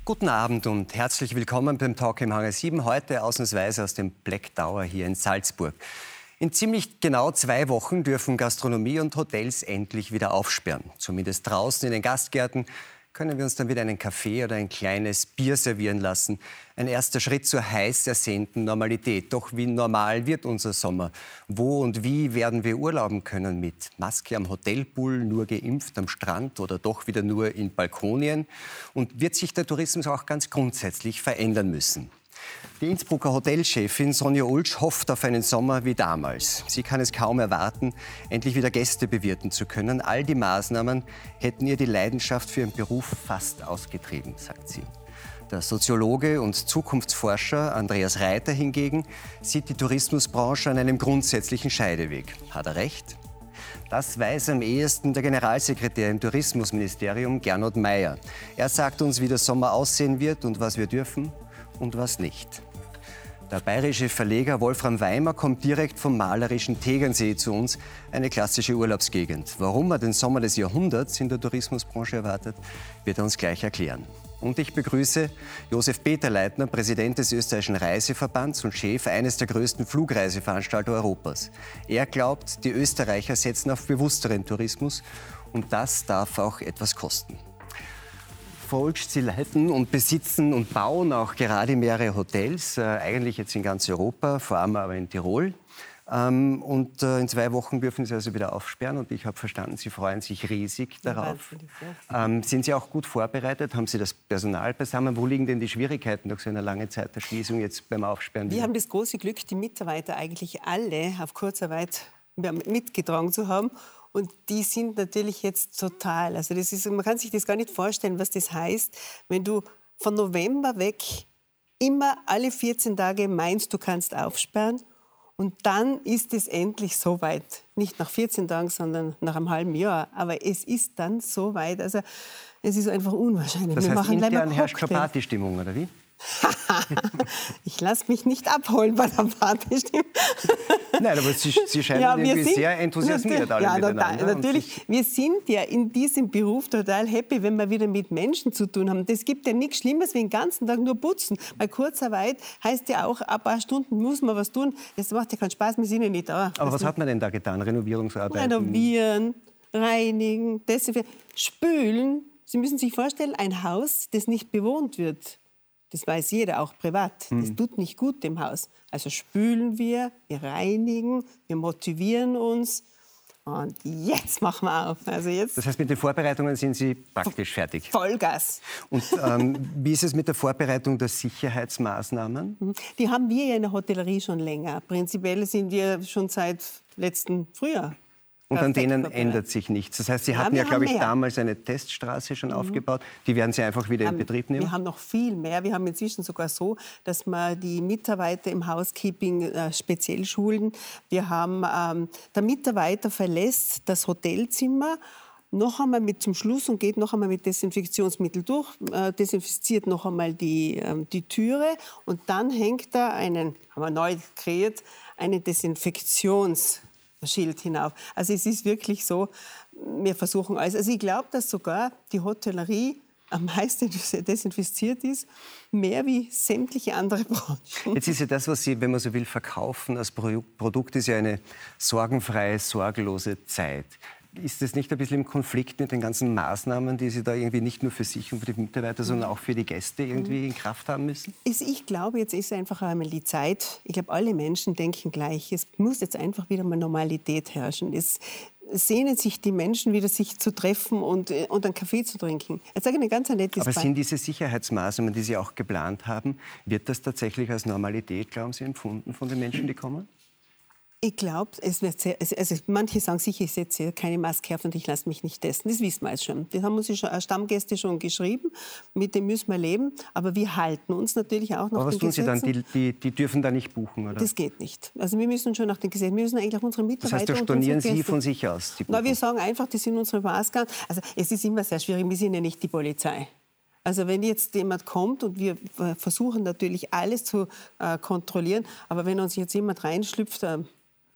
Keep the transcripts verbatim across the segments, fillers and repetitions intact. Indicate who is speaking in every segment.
Speaker 1: Guten Abend und herzlich willkommen beim Talk im Hangar sieben, heute ausnahmsweise aus dem Black Tower hier in Salzburg. In ziemlich genau zwei Wochen dürfen Gastronomie und Hotels endlich wieder aufsperren. Zumindest draußen in den Gastgärten können wir uns dann wieder einen Kaffee oder ein kleines Bier servieren lassen. Ein erster Schritt zur heiß ersehnten Normalität. Doch wie normal wird unser Sommer? Wo und wie werden wir urlauben können? Mit Maske am Hotelpool, nur geimpft am Strand oder doch wieder nur in Balkonien? Und wird sich der Tourismus auch ganz grundsätzlich verändern müssen? Die Innsbrucker Hotelchefin Sonja Ulsch hofft auf einen Sommer wie damals. Sie kann es kaum erwarten, endlich wieder Gäste bewirten zu können. All die Maßnahmen hätten ihr die Leidenschaft für ihren Beruf fast ausgetrieben, sagt sie. Der Soziologe und Zukunftsforscher Andreas Reiter hingegen sieht die Tourismusbranche an einem grundsätzlichen Scheideweg. Hat er recht? Das weiß am ehesten der Generalsekretär im Tourismusministerium, Gernot Meier. Er sagt uns, wie der Sommer aussehen wird und was wir dürfen und was nicht. Der bayerische Verleger Wolfram Weimer kommt direkt vom malerischen Tegernsee zu uns, eine klassische Urlaubsgegend. Warum er den Sommer des Jahrhunderts in der Tourismusbranche erwartet, wird er uns gleich erklären. Und ich begrüße Josef Peterleitner, Präsident des österreichischen Reiseverbands und Chef eines der größten Flugreiseveranstalter Europas. Er glaubt, die Österreicher setzen auf bewussteren Tourismus und das darf auch etwas kosten. Frau Ulsch, Sie leiten und besitzen und bauen auch gerade mehrere Hotels, äh, eigentlich jetzt in ganz Europa, vor allem aber in Tirol. Ähm, und äh, in zwei Wochen dürfen Sie also wieder aufsperren und ich habe verstanden, Sie freuen sich riesig darauf. Ähm, sind Sie auch gut vorbereitet? Haben Sie das Personal beisammen? Wo liegen denn die Schwierigkeiten nach so einer langen Zeit der Schließung jetzt beim Aufsperren?
Speaker 2: Wir haben das große Glück, die Mitarbeiter eigentlich alle auf Kurzarbeit mitgetragen zu haben. Und die sind natürlich jetzt total, also das ist, man kann sich das gar nicht vorstellen, was das heißt, wenn du von November weg immer alle vierzehn Tage meinst, du kannst aufsperren und dann ist es endlich soweit. Nicht nach vierzehn Tagen, sondern nach einem halben Jahr. Aber es ist dann soweit, also es ist einfach unwahrscheinlich.
Speaker 1: Das
Speaker 2: Wir
Speaker 1: heißt,
Speaker 2: machen
Speaker 1: intern herrscht schon Partystimmung, oder wie?
Speaker 2: Ich lasse mich nicht abholen bei der Partystimmung.
Speaker 1: Nein, aber Sie, Sie scheinen
Speaker 2: ja,
Speaker 1: irgendwie
Speaker 2: sind,
Speaker 1: sehr enthusiasmiert alle
Speaker 2: ja,
Speaker 1: miteinander.
Speaker 2: Total, natürlich. Wir sind ja in diesem Beruf total happy, wenn wir wieder mit Menschen zu tun haben. Das gibt ja nichts Schlimmes, wie den ganzen Tag nur putzen. Bei Kurzarbeit heißt ja auch, ein paar Stunden muss man was tun. Das macht ja keinen Spaß, wir sind ja nicht da.
Speaker 1: Aber was hat man denn da getan? Renovierungsarbeiten?
Speaker 2: Renovieren, reinigen, desinfizieren, spülen. Sie müssen sich vorstellen, ein Haus, das nicht bewohnt wird. Das weiß jeder, auch privat. Das tut nicht gut dem Haus. Also spülen wir, wir reinigen, wir motivieren uns. Und jetzt machen wir auf. Also jetzt
Speaker 1: das heißt, mit den Vorbereitungen sind Sie praktisch fertig?
Speaker 2: Vollgas.
Speaker 1: Und ähm, wie ist es mit der Vorbereitung der Sicherheitsmaßnahmen?
Speaker 2: Die haben wir ja in der Hotellerie schon länger. Prinzipiell sind wir schon seit letzten Frühjahr.
Speaker 1: Und an denen ändert sich nichts. Das heißt, Sie
Speaker 2: ja,
Speaker 1: hatten ja, glaube ich,
Speaker 2: mehr.
Speaker 1: damals eine Teststraße schon mhm. aufgebaut. Die werden Sie einfach wieder
Speaker 2: haben,
Speaker 1: in Betrieb nehmen?
Speaker 2: Wir haben noch viel mehr. Wir haben inzwischen sogar so, dass wir die Mitarbeiter im Housekeeping äh, speziell schulen. Wir haben, ähm, der Mitarbeiter verlässt das Hotelzimmer noch einmal mit zum Schluss und geht noch einmal mit Desinfektionsmittel durch, äh, desinfiziert noch einmal die, äh, die Türe und dann hängt da einen, haben wir neu kreiert, eine Desinfektions Schild hinauf. Also es ist wirklich so, wir versuchen alles. Also ich glaube, dass sogar die Hotellerie am meisten desinfiziert ist, mehr wie sämtliche andere Branchen.
Speaker 1: Jetzt ist ja das, was Sie, wenn man so will, verkaufen als Produkt, ist ja eine sorgenfreie, sorglose Zeit. Ist das nicht ein bisschen im Konflikt mit den ganzen Maßnahmen, die Sie da irgendwie nicht nur für sich und für die Mitarbeiter, sondern auch für die Gäste irgendwie in Kraft haben müssen?
Speaker 2: Ich glaube, jetzt ist einfach einmal die Zeit. Ich glaube, alle Menschen denken gleich. Es muss jetzt einfach wieder mal Normalität herrschen. Es sehnen sich die Menschen wieder, sich zu treffen und, und einen Kaffee zu trinken. Jetzt sage ich eine ganz nettes
Speaker 1: Aber sind diese Sicherheitsmaßnahmen, die Sie auch geplant haben, wird das tatsächlich als Normalität, glauben Sie, empfunden von den Menschen, die kommen?
Speaker 2: Ich glaube, es wird sehr, also manche sagen sicher, ich setze keine Maske auf und ich lasse mich nicht testen. Das wissen wir jetzt schon. Das haben uns schon Stammgäste schon geschrieben. Mit dem müssen wir leben. Aber wir halten uns natürlich auch nach
Speaker 1: Aber was
Speaker 2: den
Speaker 1: tun Sie dann?
Speaker 2: Gesetzen.
Speaker 1: Die, die, die dürfen da nicht buchen, oder?
Speaker 2: Das geht nicht. Also wir müssen schon nach den Gesetzen. Wir müssen eigentlich auch unsere Mitarbeiter.
Speaker 1: Das heißt, da stornieren Sie von sich aus die Buchung?
Speaker 2: Na, wir sagen einfach, das sind unsere Maßgaben. Also es ist immer sehr schwierig. Wir sind ja nicht die Polizei. Also wenn jetzt jemand kommt und wir versuchen natürlich alles zu äh, kontrollieren, aber wenn uns jetzt jemand reinschlüpft, äh,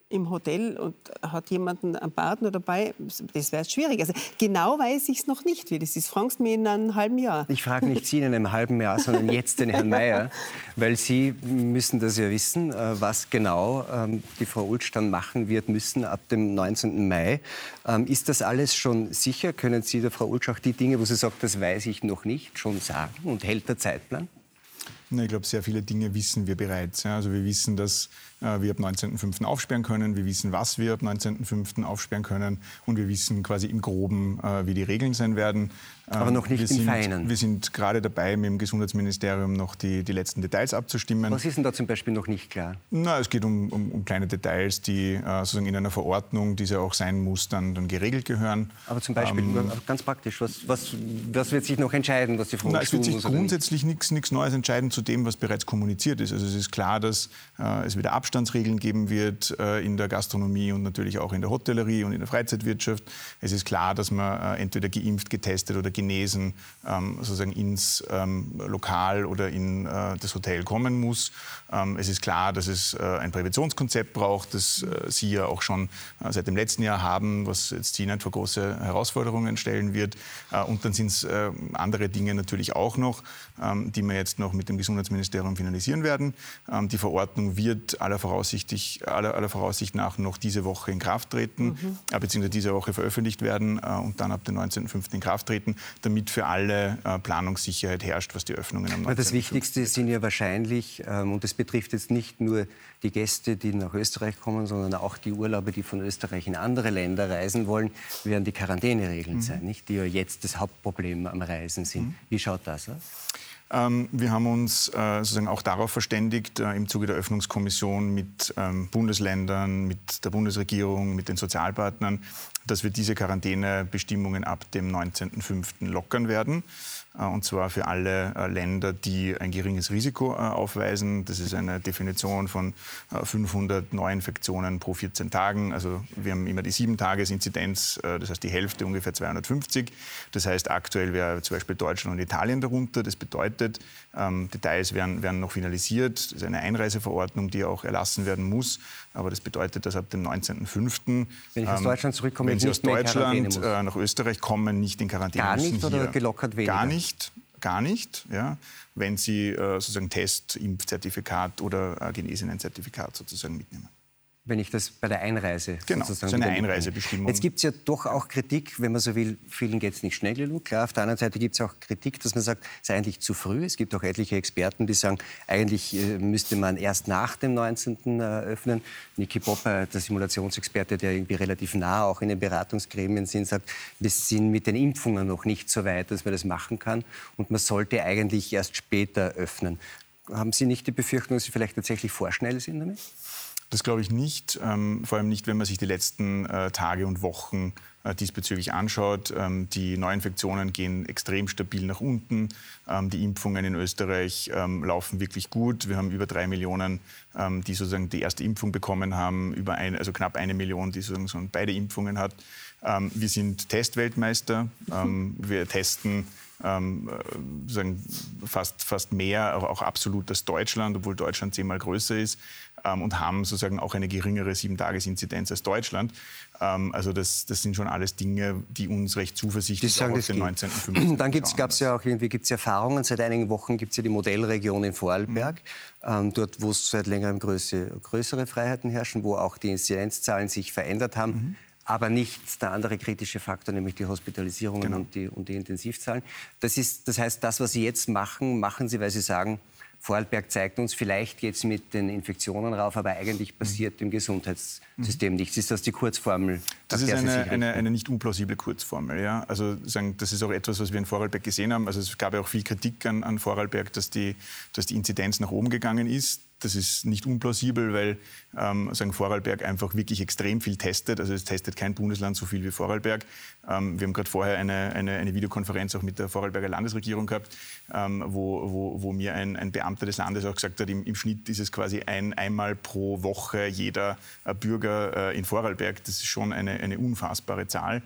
Speaker 2: im Hotel und hat jemanden einen Partner dabei, das wäre schwierig. Also genau weiß ich es noch nicht, wie das ist. Fragst du mich in einem halben Jahr.
Speaker 1: Ich frage nicht Sie in einem halben Jahr, sondern jetzt den Herrn Mayer, weil Sie müssen das ja wissen, was genau ähm, die Frau Ultsch dann machen wird müssen ab dem neunzehnten Mai. Ähm, ist das alles schon sicher? Können Sie der Frau Ultsch auch die Dinge, wo sie sagt, das weiß ich noch nicht, schon sagen? Und hält der Zeitplan?
Speaker 3: Ich glaube, sehr viele Dinge wissen wir bereits. Also wir wissen, dass äh, wir ab neunzehnten fünften aufsperren können. Wir wissen, was wir ab neunzehnten fünften aufsperren können. Und wir wissen quasi im Groben, äh, wie die Regeln sein werden.
Speaker 1: Aber noch nicht
Speaker 3: wir
Speaker 1: im
Speaker 3: sind,
Speaker 1: Feinen.
Speaker 3: Wir sind gerade dabei, mit dem Gesundheitsministerium noch die, die letzten Details abzustimmen.
Speaker 1: Was ist denn da zum Beispiel noch nicht klar?
Speaker 3: Na, es geht um, um, um kleine Details, die äh, sozusagen in einer Verordnung, die ja auch sein muss, dann, dann geregelt gehören.
Speaker 1: Aber zum Beispiel, ähm, ganz praktisch, was, was, was wird sich noch entscheiden, was die Frau
Speaker 3: Na, es wird sich
Speaker 1: muss,
Speaker 3: grundsätzlich nichts Neues entscheiden zu dem, was bereits kommuniziert ist. Also es ist klar, dass äh, es wieder Abstandsregeln geben wird äh, in der Gastronomie und natürlich auch in der Hotellerie und in der Freizeitwirtschaft. Es ist klar, dass man äh, entweder geimpft, getestet oder genesen ähm, sozusagen ins ähm, Lokal oder in äh, das Hotel kommen muss. Ähm, es ist klar, dass es äh, ein Präventionskonzept braucht, das äh, Sie ja auch schon äh, seit dem letzten Jahr haben, was jetzt Sie nicht vor große Herausforderungen stellen wird. Äh, und dann sind es äh, andere Dinge natürlich auch noch, ähm, die wir jetzt noch mit dem Gesundheitsministerium finalisieren werden. Ähm, die Verordnung wird aller Voraussicht, aller, aller Voraussicht nach noch diese Woche in Kraft treten, mhm. äh, beziehungsweise diese Woche veröffentlicht werden äh, und dann ab dem neunzehnten fünften in Kraft treten, damit für alle äh, Planungssicherheit herrscht, was die Öffnungen am neunzehnten fünften
Speaker 1: Das Wichtigste sind ja wahrscheinlich, ähm, und das betrifft jetzt nicht nur die Gäste, die nach Österreich kommen, sondern auch die Urlauber, die von Österreich in andere Länder reisen wollen, werden die Quarantäneregeln mhm. sein, nicht? Die ja jetzt das Hauptproblem am Reisen sind. Mhm. Wie schaut das aus?
Speaker 3: Ähm, wir haben uns äh, sozusagen auch darauf verständigt, äh, im Zuge der Öffnungskommission mit ähm, Bundesländern, mit der Bundesregierung, mit den Sozialpartnern, dass wir diese Quarantänebestimmungen ab dem neunzehnten fünften lockern werden. Äh, und zwar für alle äh, Länder, die ein geringes Risiko äh, aufweisen. Das ist eine Definition von äh, fünfhundert Neuinfektionen pro vierzehn Tagen. Also wir haben immer die sieben-Tages-Inzidenz, äh, das heißt die Hälfte, ungefähr zweihundertfünfzig. Das heißt, aktuell wäre zum Beispiel Deutschland und Italien darunter. Das bedeutet, ähm, Details werden, werden noch finalisiert. Das ist eine Einreiseverordnung, die auch erlassen werden muss. Aber das bedeutet, dass ab dem neunzehnten fünften
Speaker 1: Wenn ich aus Deutschland zurückkomme,
Speaker 3: wenn Sie
Speaker 1: nicht
Speaker 3: aus Deutschland äh, nach Österreich kommen, nicht in Quarantäne
Speaker 1: Gar nicht
Speaker 3: müssen
Speaker 1: oder
Speaker 3: hier.
Speaker 1: gelockert weniger?
Speaker 3: Gar nicht. Gar nicht, ja, wenn Sie äh, sozusagen Test, Impfzertifikat oder äh, Genesenenzertifikat sozusagen mitnehmen.
Speaker 1: Wenn ich das bei der Einreise
Speaker 3: genau,
Speaker 1: sozusagen...
Speaker 3: Genau, so eine Einreisebestimmung.
Speaker 1: Jetzt gibt es ja doch auch Kritik, wenn man so will, vielen geht es nicht schnell genug. Klar, auf der anderen Seite gibt es auch Kritik, dass man sagt, es sei eigentlich zu früh. Es gibt auch etliche Experten, die sagen, eigentlich äh, müsste man erst nach dem neunzehnten Äh, öffnen. Niki Popper, der Simulationsexperte, der irgendwie relativ nah auch in den Beratungsgremien sind, sagt, wir sind mit den Impfungen noch nicht so weit, dass man das machen kann. Und man sollte eigentlich erst später öffnen. Haben Sie nicht die Befürchtung, dass Sie vielleicht tatsächlich vorschnell sind damit?
Speaker 3: Das glaube ich nicht, ähm, vor allem nicht, wenn man sich die letzten äh, Tage und Wochen äh, diesbezüglich anschaut. Ähm, die Neuinfektionen gehen extrem stabil nach unten. Ähm, die Impfungen in Österreich ähm, laufen wirklich gut. Wir haben über drei Millionen, ähm, die sozusagen die erste Impfung bekommen haben, über ein, also knapp eine Million, die sozusagen so beide Impfungen hat. Ähm, wir sind Testweltmeister. Ähm, wir testen Ähm, sagen, fast, fast mehr, auch, auch absolut als Deutschland, obwohl Deutschland zehnmal größer ist, ähm, und haben sozusagen auch eine geringere sieben-Tages-Inzidenz als Deutschland. Ähm, also das, das sind schon alles Dinge, die uns recht zuversichtlich
Speaker 1: sagen,
Speaker 3: auch auf den neunzehnten fünften
Speaker 1: Dann gab es ja auch irgendwie gibt's Erfahrungen. Seit einigen Wochen gibt es ja die Modellregion in Vorarlberg, mhm. ähm, dort, wo es seit längerem größere, größere Freiheiten herrschen, wo auch die Inzidenzzahlen sich verändert haben. Mhm. Aber nicht der andere kritische Faktor, nämlich die Hospitalisierungen genau. und, die, und die Intensivzahlen. Das, ist, das heißt, das, was Sie jetzt machen, machen Sie, weil Sie sagen, Vorarlberg zeigt uns, vielleicht geht es mit den Infektionen rauf, aber eigentlich passiert mhm. im Gesundheitssystem mhm. nichts. Ist das die Kurzformel?
Speaker 3: Das ist eine, eine, eine nicht unplausible Kurzformel. Ja? Also sagen, das ist auch etwas, was wir in Vorarlberg gesehen haben. Also es gab ja auch viel Kritik an, an Vorarlberg, dass die, dass die Inzidenz nach oben gegangen ist. Das ist nicht unplausibel, weil ähm, sagen Vorarlberg einfach wirklich extrem viel testet. Also es testet kein Bundesland so viel wie Vorarlberg. Ähm, wir haben gerade vorher eine, eine, eine Videokonferenz auch mit der Vorarlberger Landesregierung gehabt, ähm, wo, wo, wo mir ein, ein Beamter des Landes auch gesagt hat, im, im Schnitt ist es quasi ein, einmal pro Woche jeder äh, Bürger äh, in Vorarlberg. Das ist schon eine, eine unfassbare Zahl.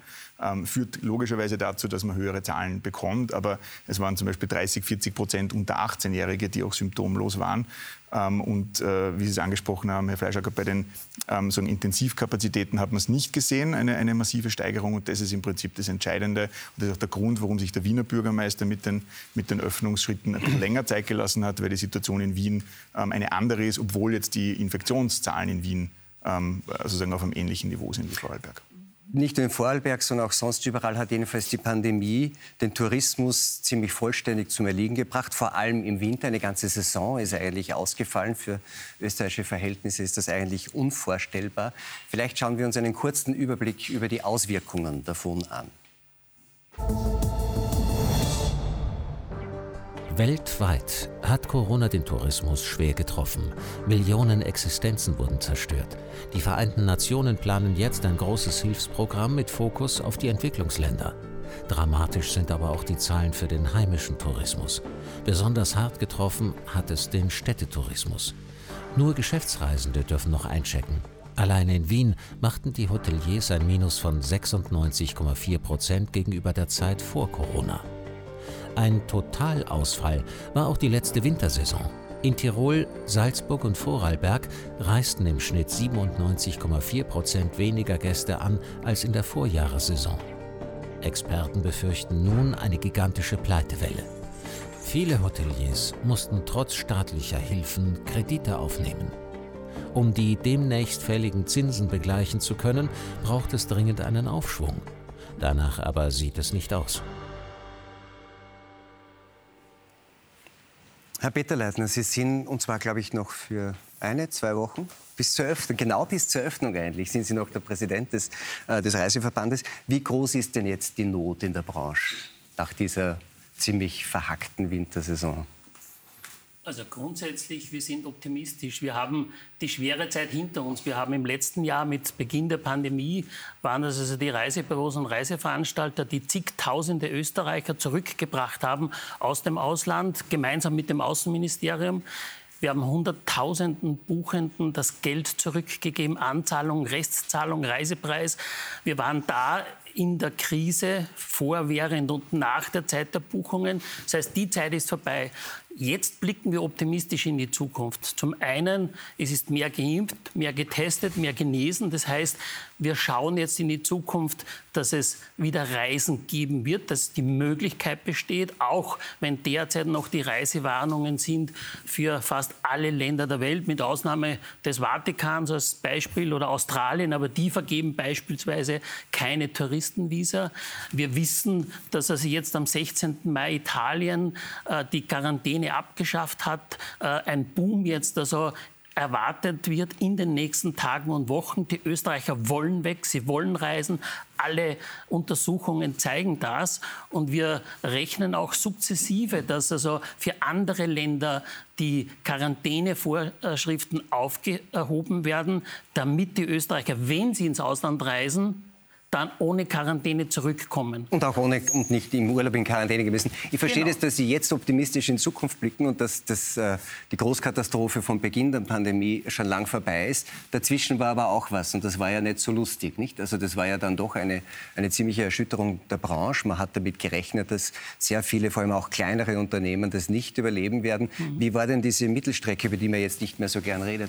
Speaker 3: ähm, führt logischerweise dazu, dass man höhere Zahlen bekommt. Aber es waren zum Beispiel dreißig, vierzig Prozent unter achtzehnjährige, die auch symptomlos waren. Ähm, und äh, wie Sie es angesprochen haben, Herr Fleischacker, bei den ähm, so Intensivkapazitäten hat man es nicht gesehen, eine, eine massive Steigerung. Und das ist im Prinzip das Entscheidende. Und das ist auch der Grund, warum sich der Wiener Bürgermeister mit den, mit den Öffnungsschritten ein bisschen länger Zeit gelassen hat, weil die Situation in Wien ähm, eine andere ist, obwohl jetzt die Infektionszahlen in Wien ähm, sozusagen auf einem ähnlichen Niveau sind wie Vorarlberg.
Speaker 1: Nicht nur in Vorarlberg, sondern auch sonst überall hat jedenfalls die Pandemie den Tourismus ziemlich vollständig zum Erliegen gebracht. Vor allem im Winter, eine ganze Saison ist eigentlich ausgefallen. Für österreichische Verhältnisse ist das eigentlich unvorstellbar. Vielleicht schauen wir uns einen kurzen Überblick über die Auswirkungen davon an.
Speaker 4: Weltweit hat Corona den Tourismus schwer getroffen. Millionen Existenzen wurden zerstört. Die Vereinten Nationen planen jetzt ein großes Hilfsprogramm mit Fokus auf die Entwicklungsländer. Dramatisch sind aber auch die Zahlen für den heimischen Tourismus. Besonders hart getroffen hat es den Städtetourismus. Nur Geschäftsreisende dürfen noch einchecken. Alleine in Wien machten die Hoteliers ein Minus von sechsundneunzig Komma vier Prozent gegenüber der Zeit vor Corona. Ein Totalausfall war auch die letzte Wintersaison. In Tirol, Salzburg und Vorarlberg reisten im Schnitt siebenundneunzig Komma vier Prozent weniger Gäste an als in der Vorjahressaison. Experten befürchten nun eine gigantische Pleitewelle. Viele Hoteliers mussten trotz staatlicher Hilfen Kredite aufnehmen. Um die demnächst fälligen Zinsen begleichen zu können, braucht es dringend einen Aufschwung. Danach aber sieht es nicht aus.
Speaker 1: Herr Peterleitner, Sie sind, und zwar, glaube ich, noch für eine, zwei Wochen, bis zur Öffnung, genau bis zur Öffnung eigentlich, sind Sie noch der Präsident des, äh, des Reiseverbandes. Wie groß ist denn jetzt die Not in der Branche nach dieser ziemlich verhackten Wintersaison?
Speaker 5: Also grundsätzlich, wir sind optimistisch. Wir haben die schwere Zeit hinter uns. Wir haben im letzten Jahr mit Beginn der Pandemie, waren das also die Reisebüros und Reiseveranstalter, die zigtausende Österreicher zurückgebracht haben aus dem Ausland, gemeinsam mit dem Außenministerium. Wir haben Hunderttausenden Buchenden das Geld zurückgegeben, Anzahlung, Restzahlung, Reisepreis. Wir waren da in der Krise, vor, während und nach der Zeit der Buchungen. Das heißt, die Zeit ist vorbei. Jetzt blicken wir optimistisch in die Zukunft. Zum einen, es ist mehr geimpft, mehr getestet, mehr genesen. Das heißt, wir schauen jetzt in die Zukunft, dass es wieder Reisen geben wird, dass die Möglichkeit besteht, auch wenn derzeit noch die Reisewarnungen sind für fast alle Länder der Welt, mit Ausnahme des Vatikans als Beispiel oder Australien, aber die vergeben beispielsweise keine Touristenvisa. Wir wissen, dass also jetzt am sechzehnten Mai Italien äh, die Quarantäne abgeschafft hat, äh, ein Boom jetzt also erwartet wird in den nächsten Tagen und Wochen. Die Österreicher wollen weg, sie wollen reisen. Alle Untersuchungen zeigen das. Und wir rechnen auch sukzessive, dass also für andere Länder die Quarantänevorschriften aufgehoben werden, damit die Österreicher, wenn sie ins Ausland reisen, dann ohne Quarantäne zurückkommen.
Speaker 1: Und auch ohne und nicht im Urlaub in Quarantäne gewesen. Ich verstehe
Speaker 5: Genau.
Speaker 1: das, dass Sie jetzt optimistisch in Zukunft blicken und dass, dass äh, die Großkatastrophe vom Beginn der Pandemie schon lang vorbei ist. Dazwischen war aber auch was und das war ja nicht so lustig, nicht? Also das war ja dann doch eine, eine ziemliche Erschütterung der Branche. Man hat damit gerechnet, dass sehr viele, vor allem auch kleinere Unternehmen, das nicht überleben werden. Mhm. Wie war denn diese Mittelstrecke, über die man jetzt nicht mehr so gern redet?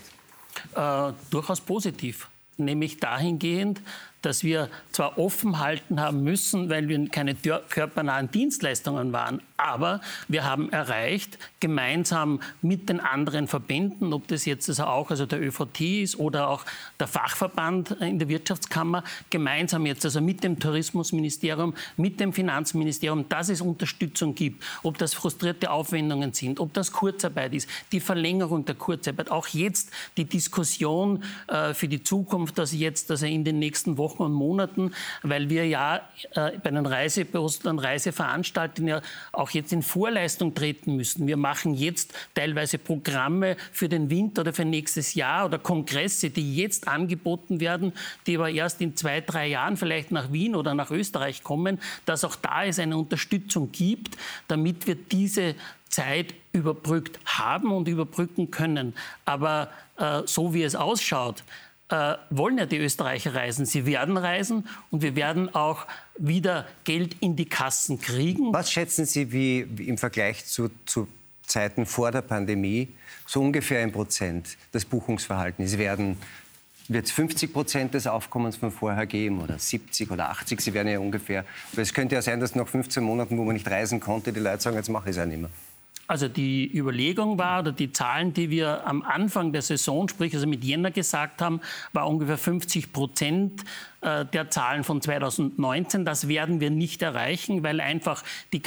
Speaker 5: Äh, durchaus positiv. Nämlich dahingehend, dass wir zwar offen halten haben müssen, weil wir keine körpernahen Dienstleistungen waren, aber wir haben erreicht, gemeinsam mit den anderen Verbänden, ob das jetzt also auch also der ÖVT ist oder auch der Fachverband in der Wirtschaftskammer, gemeinsam jetzt also mit dem Tourismusministerium, mit dem Finanzministerium, dass es Unterstützung gibt, ob das frustrierte Aufwendungen sind, ob das Kurzarbeit ist, die Verlängerung der Kurzarbeit, auch jetzt die Diskussion äh, für die Zukunft, dass jetzt also in den nächsten Wochen und Monaten, weil wir ja äh, bei den Reisebüros und Reiseveranstaltern ja auch jetzt in Vorleistung treten müssen. Wir machen jetzt teilweise Programme für den Winter oder für nächstes Jahr oder Kongresse, die jetzt angeboten werden, die aber erst in zwei, drei Jahren vielleicht nach Wien oder nach Österreich kommen, dass auch da es eine Unterstützung gibt, damit wir diese Zeit überbrückt haben und überbrücken können. Aber äh, so wie es ausschaut, äh, wollen ja die Österreicher reisen. Sie werden reisen und wir werden auch wieder Geld in die Kassen kriegen.
Speaker 1: Was schätzen Sie, wie, wie im Vergleich zu, zu Zeiten vor der Pandemie, so ungefähr ein Prozent das Buchungsverhalten ist? Werden Wird es fünfzig Prozent des Aufkommens von vorher geben oder siebzig oder achtzig? Sie werden ja ungefähr. Aber es könnte ja sein, dass nach fünfzehn Monaten, wo man nicht reisen konnte, die Leute sagen, jetzt mache ich es auch nicht mehr.
Speaker 5: Also die Überlegung war, oder die Zahlen, die wir am Anfang der Saison, sprich also mit Jänner gesagt haben, war ungefähr fünfzig Prozent der Zahlen von zweitausendneunzehn. Das werden wir nicht erreichen, weil einfach die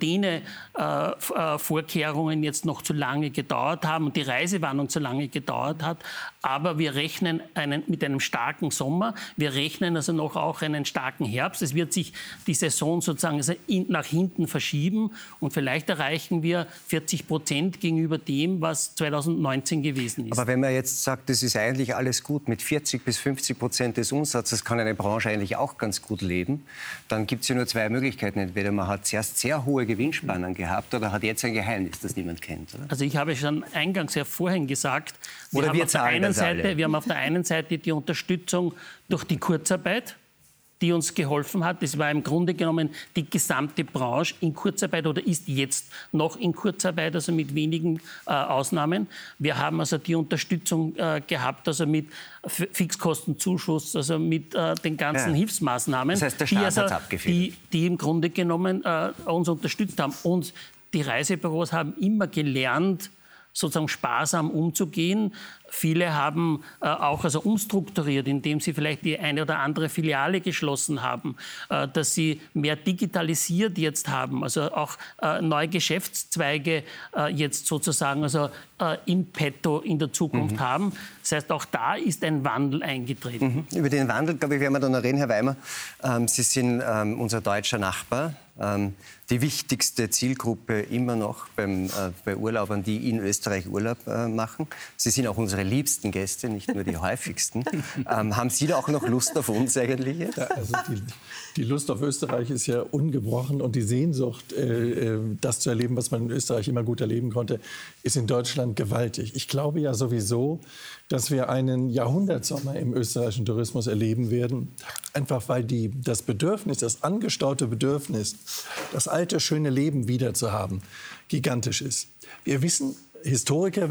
Speaker 5: Quarantänevorkehrungen jetzt noch zu lange gedauert haben und die Reisewarnung zu lange gedauert hat. Aber wir rechnen einen, mit einem starken Sommer. Wir rechnen also noch auch einen starken Herbst. Es wird sich die Saison sozusagen also in, nach hinten verschieben und vielleicht erreichen wir vierzig Prozent gegenüber dem, was zweitausendneunzehn gewesen ist.
Speaker 1: Aber wenn man jetzt sagt, das ist eigentlich alles gut mit vierzig bis fünfzig Prozent des Umsatzes, kann eine Branche eigentlich auch ganz gut leben, dann gibt es ja nur zwei Möglichkeiten. Entweder man hat zuerst sehr hohe Gewinnspannen gehabt oder hat jetzt ein Geheimnis, das niemand kennt. Oder?
Speaker 5: Also ich habe schon eingangs ja vorhin gesagt, wir,
Speaker 1: oder
Speaker 5: haben
Speaker 1: wir,
Speaker 5: auf der einen Seite, wir haben auf der einen Seite die Unterstützung durch die Kurzarbeit, die uns geholfen hat. Das war im Grunde genommen die gesamte Branche in Kurzarbeit oder ist jetzt noch in Kurzarbeit, also mit wenigen äh, Ausnahmen. Wir haben also die Unterstützung äh, gehabt, also mit Fixkostenzuschuss, also mit äh, den ganzen ja. Hilfsmaßnahmen,
Speaker 1: das heißt, der Staat
Speaker 5: die, also,
Speaker 1: hat's abgefedert.
Speaker 5: die, die im Grunde genommen äh, uns unterstützt haben. Und die Reisebüros haben immer gelernt, sozusagen sparsam umzugehen. Viele haben äh, auch also umstrukturiert, indem sie vielleicht die eine oder andere Filiale geschlossen haben, äh, dass sie mehr digitalisiert jetzt haben, also auch äh, neue Geschäftszweige äh, jetzt sozusagen also äh, in petto in der Zukunft mhm. haben. Das heißt, auch da ist ein Wandel eingetreten.
Speaker 1: Mhm. Über den Wandel, glaube ich, werden wir dann noch reden, Herr Weimer. Ähm, Sie sind ähm, unser deutscher Nachbar. Ähm, die wichtigste Zielgruppe immer noch beim, äh, bei Urlaubern, die in Österreich Urlaub äh, machen. Sie sind auch unsere liebsten Gäste, nicht nur die häufigsten. Ähm, haben Sie da auch noch Lust auf uns eigentlich?
Speaker 6: Ja, also die, die Lust auf Österreich ist ja ungebrochen und die Sehnsucht, äh, das zu erleben, was man in Österreich immer gut erleben konnte, ist in Deutschland gewaltig. Ich glaube ja sowieso, dass wir einen Jahrhundertsommer im österreichischen Tourismus erleben werden. Einfach weil die, das Bedürfnis, das angestaute Bedürfnis, das alte, schöne Leben wiederzuhaben, gigantisch ist. Wir wissen, Historiker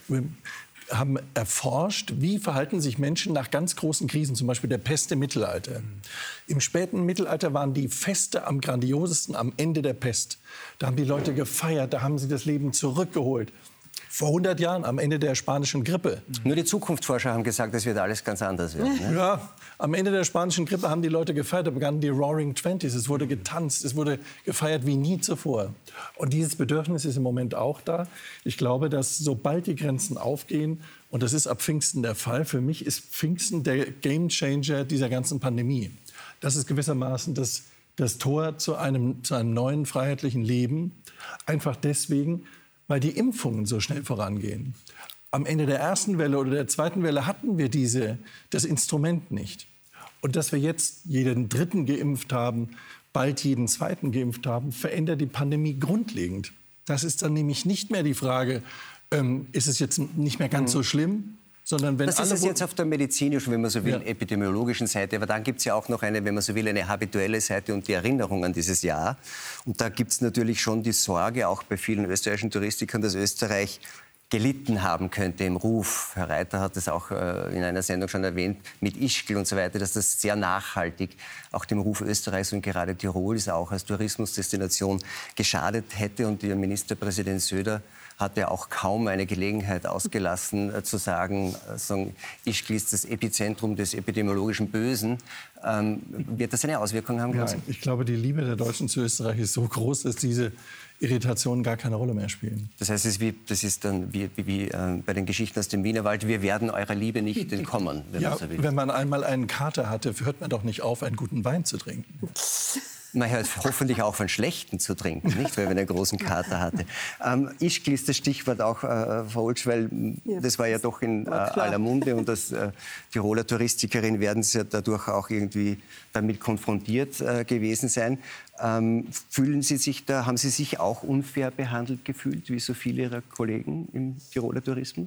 Speaker 6: haben erforscht, wie verhalten sich Menschen nach ganz großen Krisen, zum Beispiel der Pest im Mittelalter. Im späten Mittelalter waren die Feste am grandiosesten am Ende der Pest. Da haben die Leute gefeiert, da haben sie das Leben zurückgeholt. Vor hundert Jahren, am Ende der spanischen Grippe.
Speaker 1: Nur die Zukunftsforscher haben gesagt, das wird alles ganz anders werden. Ne?
Speaker 6: Ja, am Ende der spanischen Grippe haben die Leute gefeiert. Da begannen die Roaring Twenties. Es wurde getanzt, es wurde gefeiert wie nie zuvor. Und dieses Bedürfnis ist im Moment auch da. Ich glaube, dass sobald die Grenzen aufgehen, und das ist ab Pfingsten der Fall, für mich ist Pfingsten der Gamechanger dieser ganzen Pandemie. Das ist gewissermaßen das, das Tor zu einem, zu einem neuen freiheitlichen Leben. Einfach deswegen, weil die Impfungen so schnell vorangehen. Am Ende der ersten Welle oder der zweiten Welle hatten wir diese, das Instrument nicht. Und dass wir jetzt jeden Dritten geimpft haben, bald jeden Zweiten geimpft haben, verändert die Pandemie grundlegend. Das ist dann nämlich nicht mehr die Frage, ähm, ist es jetzt nicht mehr ganz so schlimm? Sondern wenn
Speaker 1: das ist
Speaker 6: alle
Speaker 1: es jetzt auf der medizinischen, wenn man so will,
Speaker 6: ja.
Speaker 1: epidemiologischen Seite. Aber dann gibt es ja auch noch eine, wenn man so will, eine habituelle Seite und die Erinnerung an dieses Jahr. Und da gibt es natürlich schon die Sorge, auch bei vielen österreichischen Touristikern, dass Österreich gelitten haben könnte im Ruf. Herr Reiter hat das auch äh, in einer Sendung schon erwähnt, mit Ischgl und so weiter, dass das sehr nachhaltig auch dem Ruf Österreichs und gerade Tirols auch als Tourismusdestination geschadet hätte. Und Ihr Ministerpräsident Söder hat ja auch kaum eine Gelegenheit ausgelassen, äh, zu sagen, äh, sagen, Ischgl ist das Epizentrum des epidemiologischen Bösen. Ähm, wird das eine Auswirkung haben?
Speaker 6: Nein, ich glaube, die Liebe der Deutschen zu Österreich ist so groß, dass diese Irritationen gar keine Rolle mehr spielen.
Speaker 1: Das heißt, es ist wie, das ist dann wie, wie, wie äh, bei den Geschichten aus dem Wienerwald, wir werden eurer Liebe nicht entkommen, wenn
Speaker 6: ja,
Speaker 1: man so will.
Speaker 6: Wenn man einmal einen Kater hatte, hört man doch nicht auf, einen guten Wein zu trinken.
Speaker 1: Man hört hoffentlich auch von schlechten zu trinken, nicht, weil man einen großen Kater hatte. Ähm, Ischgl ist das Stichwort auch, äh, Frau Ulsch, weil ja, das war ja doch in äh, aller Munde und als äh, Tiroler Touristikerin werden Sie ja dadurch auch irgendwie damit konfrontiert äh, gewesen sein. Ähm, fühlen Sie sich da, haben Sie sich auch unfair behandelt gefühlt, wie so viele Ihrer Kollegen im Tiroler Tourismus?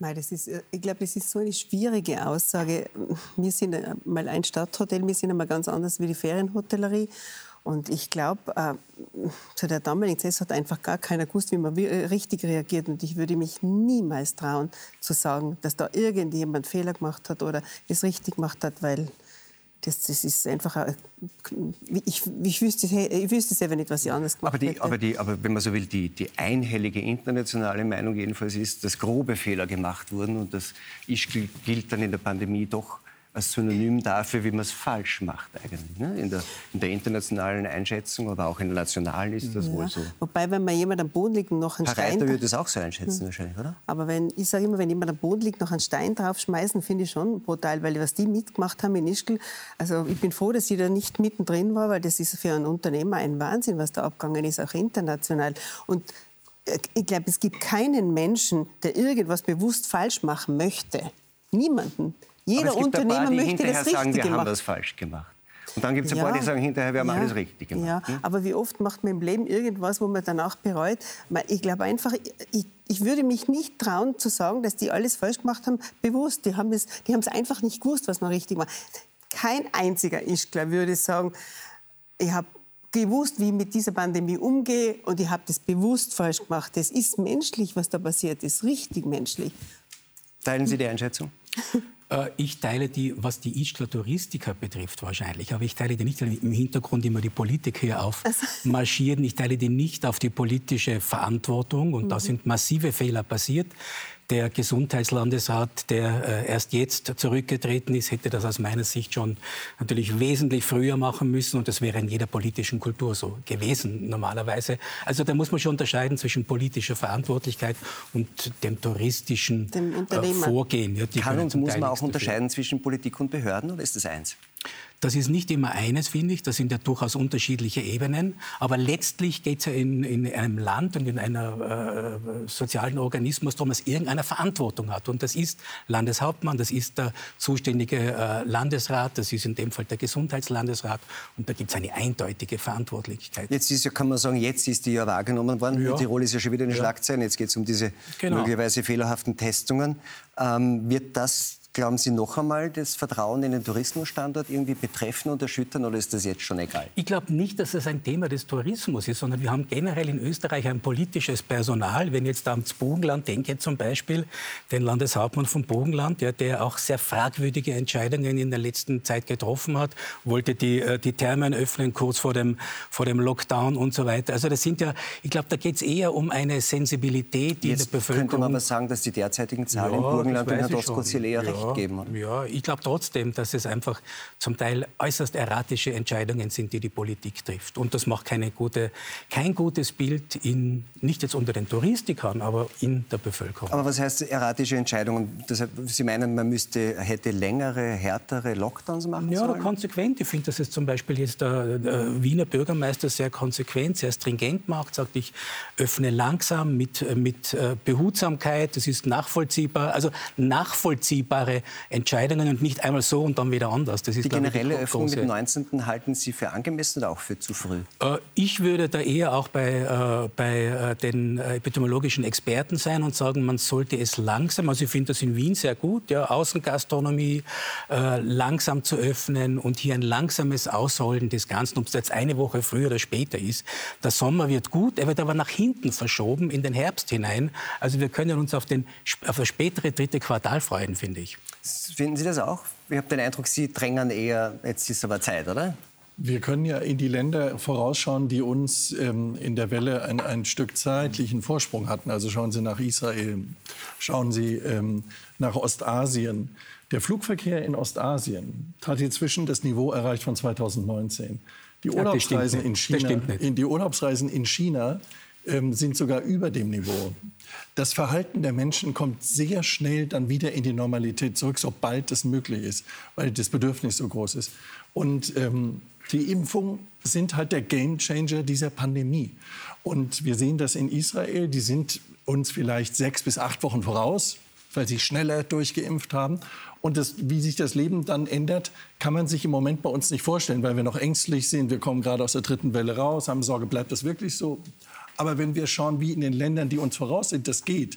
Speaker 2: Das ist, ich glaube, das ist so eine schwierige Aussage. Wir sind mal ein Stadthotel, wir sind einmal ganz anders wie die Ferienhotellerie. Und ich glaube, äh, zu der damaligen Zeit hat einfach gar keiner gewusst, wie man richtig reagiert. Und ich würde mich niemals trauen, zu sagen, dass da irgendjemand Fehler gemacht hat oder es richtig gemacht hat, weil das, das ist einfach... Ein, ich, ich, wüsste, ich wüsste selber nicht, was ich anders gemacht
Speaker 1: aber die,
Speaker 2: hätte.
Speaker 1: Aber, die, aber wenn man so will, die, die einhellige internationale Meinung jedenfalls ist, dass grobe Fehler gemacht wurden. Und das Ischgl gilt dann in der Pandemie doch als Synonym dafür, wie man es falsch macht eigentlich. Ne? In, der, in der internationalen Einschätzung, aber auch in der nationalen ist das ja wohl so.
Speaker 2: Wobei, wenn man jemand am Boden liegt und noch einen
Speaker 1: Herr
Speaker 2: Stein...
Speaker 1: Reiter würde das auch so einschätzen hm. wahrscheinlich, oder?
Speaker 2: Aber wenn, ich sage immer, wenn jemand am Boden liegt, noch einen Stein draufschmeißen, finde ich schon brutal, weil was die mitgemacht haben in Ischgl, also ich bin froh, dass ich da nicht mittendrin war, weil das ist für einen Unternehmer ein Wahnsinn, was da abgegangen ist, auch international. Und ich glaube, es gibt keinen Menschen, der irgendwas bewusst falsch machen möchte. Niemanden. Jeder Unternehmer
Speaker 1: ein paar, die
Speaker 2: möchte das Richtige
Speaker 1: sagen, wir
Speaker 2: machen.
Speaker 1: haben das falsch gemacht. Und dann gibt es ein
Speaker 2: ja,
Speaker 1: paar, die sagen hinterher, wir haben
Speaker 2: ja,
Speaker 1: alles richtig gemacht.
Speaker 2: Ja,
Speaker 1: hm?
Speaker 2: aber wie oft macht man im Leben irgendwas, wo man danach bereut? Ich glaube einfach, ich, ich würde mich nicht trauen zu sagen, dass die alles falsch gemacht haben, bewusst. Die haben es, die haben es einfach nicht gewusst, was man richtig macht. Kein einziger Ischgler würde sagen, ich habe gewusst, wie ich mit dieser Pandemie umgehe und ich habe das bewusst falsch gemacht. Das ist menschlich, was da passiert ist, richtig menschlich.
Speaker 1: Teilen Sie die Einschätzung?
Speaker 7: Ich teile die, was die Ischgler Touristiker betrifft wahrscheinlich, aber ich teile die nicht, weil im Hintergrund immer die Politiker hier aufmarschieren. Ich teile die nicht auf die politische Verantwortung und mhm. da sind massive Fehler passiert. Der Gesundheitslandesrat, der äh, erst jetzt zurückgetreten ist, hätte das aus meiner Sicht schon natürlich wesentlich früher machen müssen. Und das wäre in jeder politischen Kultur so gewesen normalerweise. Also da muss man schon unterscheiden zwischen politischer Verantwortlichkeit und dem touristischen dem äh, Vorgehen. Ja,
Speaker 1: Kann und muss man auch unterscheiden zwischen Politik und Behörden, oder ist das eins?
Speaker 7: Das ist nicht immer eines, finde ich. Das sind ja durchaus unterschiedliche Ebenen. Aber letztlich geht es ja in, in einem Land und in einem äh, sozialen Organismus darum, dass irgendeiner Verantwortung hat. Und das ist Landeshauptmann, das ist der zuständige äh, Landesrat, das ist in dem Fall der Gesundheitslandesrat. Und da gibt es eine eindeutige Verantwortlichkeit.
Speaker 1: Jetzt ist ja, kann man sagen, jetzt ist die ja wahrgenommen worden. Ja. Tirol ist ja schon wieder in den ja. Schlagzeilen. Jetzt geht es um diese genau. möglicherweise fehlerhaften Testungen. Ähm, wird das... Glauben Sie noch einmal, das Vertrauen in den Tourismusstandort irgendwie betreffen und erschüttern, oder ist das jetzt schon egal?
Speaker 7: Ich glaube nicht, dass es ein Thema des Tourismus ist, sondern wir haben generell in Österreich ein politisches Personal. Wenn ich jetzt ans Burgenland denke, zum Beispiel den Landeshauptmann vom Burgenland, ja, der auch sehr fragwürdige Entscheidungen in der letzten Zeit getroffen hat, wollte die, die Thermen öffnen kurz vor dem, vor dem Lockdown und so weiter. Also das sind ja, ich glaube, da geht es eher um eine Sensibilität, die
Speaker 1: jetzt
Speaker 7: in der Bevölkerung...
Speaker 1: Könnte man aber sagen, dass die derzeitigen Zahlen
Speaker 7: ja,
Speaker 1: im Burgenland und Herrn Doskozil eher
Speaker 7: ja.
Speaker 1: recht geben, oder?
Speaker 7: Ja, ich glaube trotzdem, dass es einfach zum Teil äußerst erratische Entscheidungen sind, die die Politik trifft. Und das macht keine gute, kein gutes Bild, in, nicht jetzt unter den Touristikern, aber in der Bevölkerung.
Speaker 1: Aber was heißt erratische Entscheidungen? Das, Sie meinen, man müsste, hätte längere, härtere Lockdowns machen
Speaker 7: ja,
Speaker 1: sollen?
Speaker 7: Ja, oder konsequent. Ich finde, dass es zum Beispiel jetzt der, der Wiener Bürgermeister sehr konsequent, sehr stringent macht. Sagt, ich öffne langsam mit, mit Behutsamkeit. Das ist nachvollziehbar. Also nachvollziehbare Entscheidungen und nicht einmal so und dann wieder anders. Das ist,
Speaker 1: die generelle
Speaker 7: ich, die
Speaker 1: Öffnung mit neunzehnten halten Sie für angemessen oder auch für zu früh?
Speaker 7: Äh, ich würde da eher auch bei, äh, bei äh, den epidemiologischen Experten sein und sagen, man sollte es langsam, also ich finde das in Wien sehr gut, ja, Außengastronomie äh, langsam zu öffnen und hier ein langsames Ausrollen des Ganzen, ob es jetzt eine Woche früher oder später ist. Der Sommer wird gut, er wird aber nach hinten verschoben, in den Herbst hinein. Also wir können uns auf, den, auf das spätere dritte Quartal freuen, finde ich.
Speaker 1: Finden Sie das auch? Ich habe den Eindruck, Sie drängen eher, jetzt ist aber Zeit, oder?
Speaker 6: Wir können ja in die Länder vorausschauen, die uns ähm, in der Welle ein, ein Stück zeitlichen Vorsprung hatten. Also schauen Sie nach Israel, schauen Sie ähm, nach Ostasien. Der Flugverkehr in Ostasien hat inzwischen das Niveau erreicht von zweitausendneunzehn. Die Urlaubsreisen in China, in die Urlaubsreisen in China ähm, sind sogar über dem Niveau. Das Verhalten der Menschen kommt sehr schnell dann wieder in die Normalität zurück, sobald das möglich ist, weil das Bedürfnis so groß ist. Und ähm, die Impfungen sind halt der Gamechanger dieser Pandemie. Und wir sehen das in Israel, die sind uns vielleicht sechs bis acht Wochen voraus, weil sie schneller durchgeimpft haben. Und das, wie sich das Leben dann ändert, kann man sich im Moment bei uns nicht vorstellen, weil wir noch ängstlich sind. Wir kommen gerade aus der dritten Welle raus, haben Sorge, bleibt das wirklich so? Aber wenn wir schauen, wie in den Ländern, die uns voraus sind, das geht,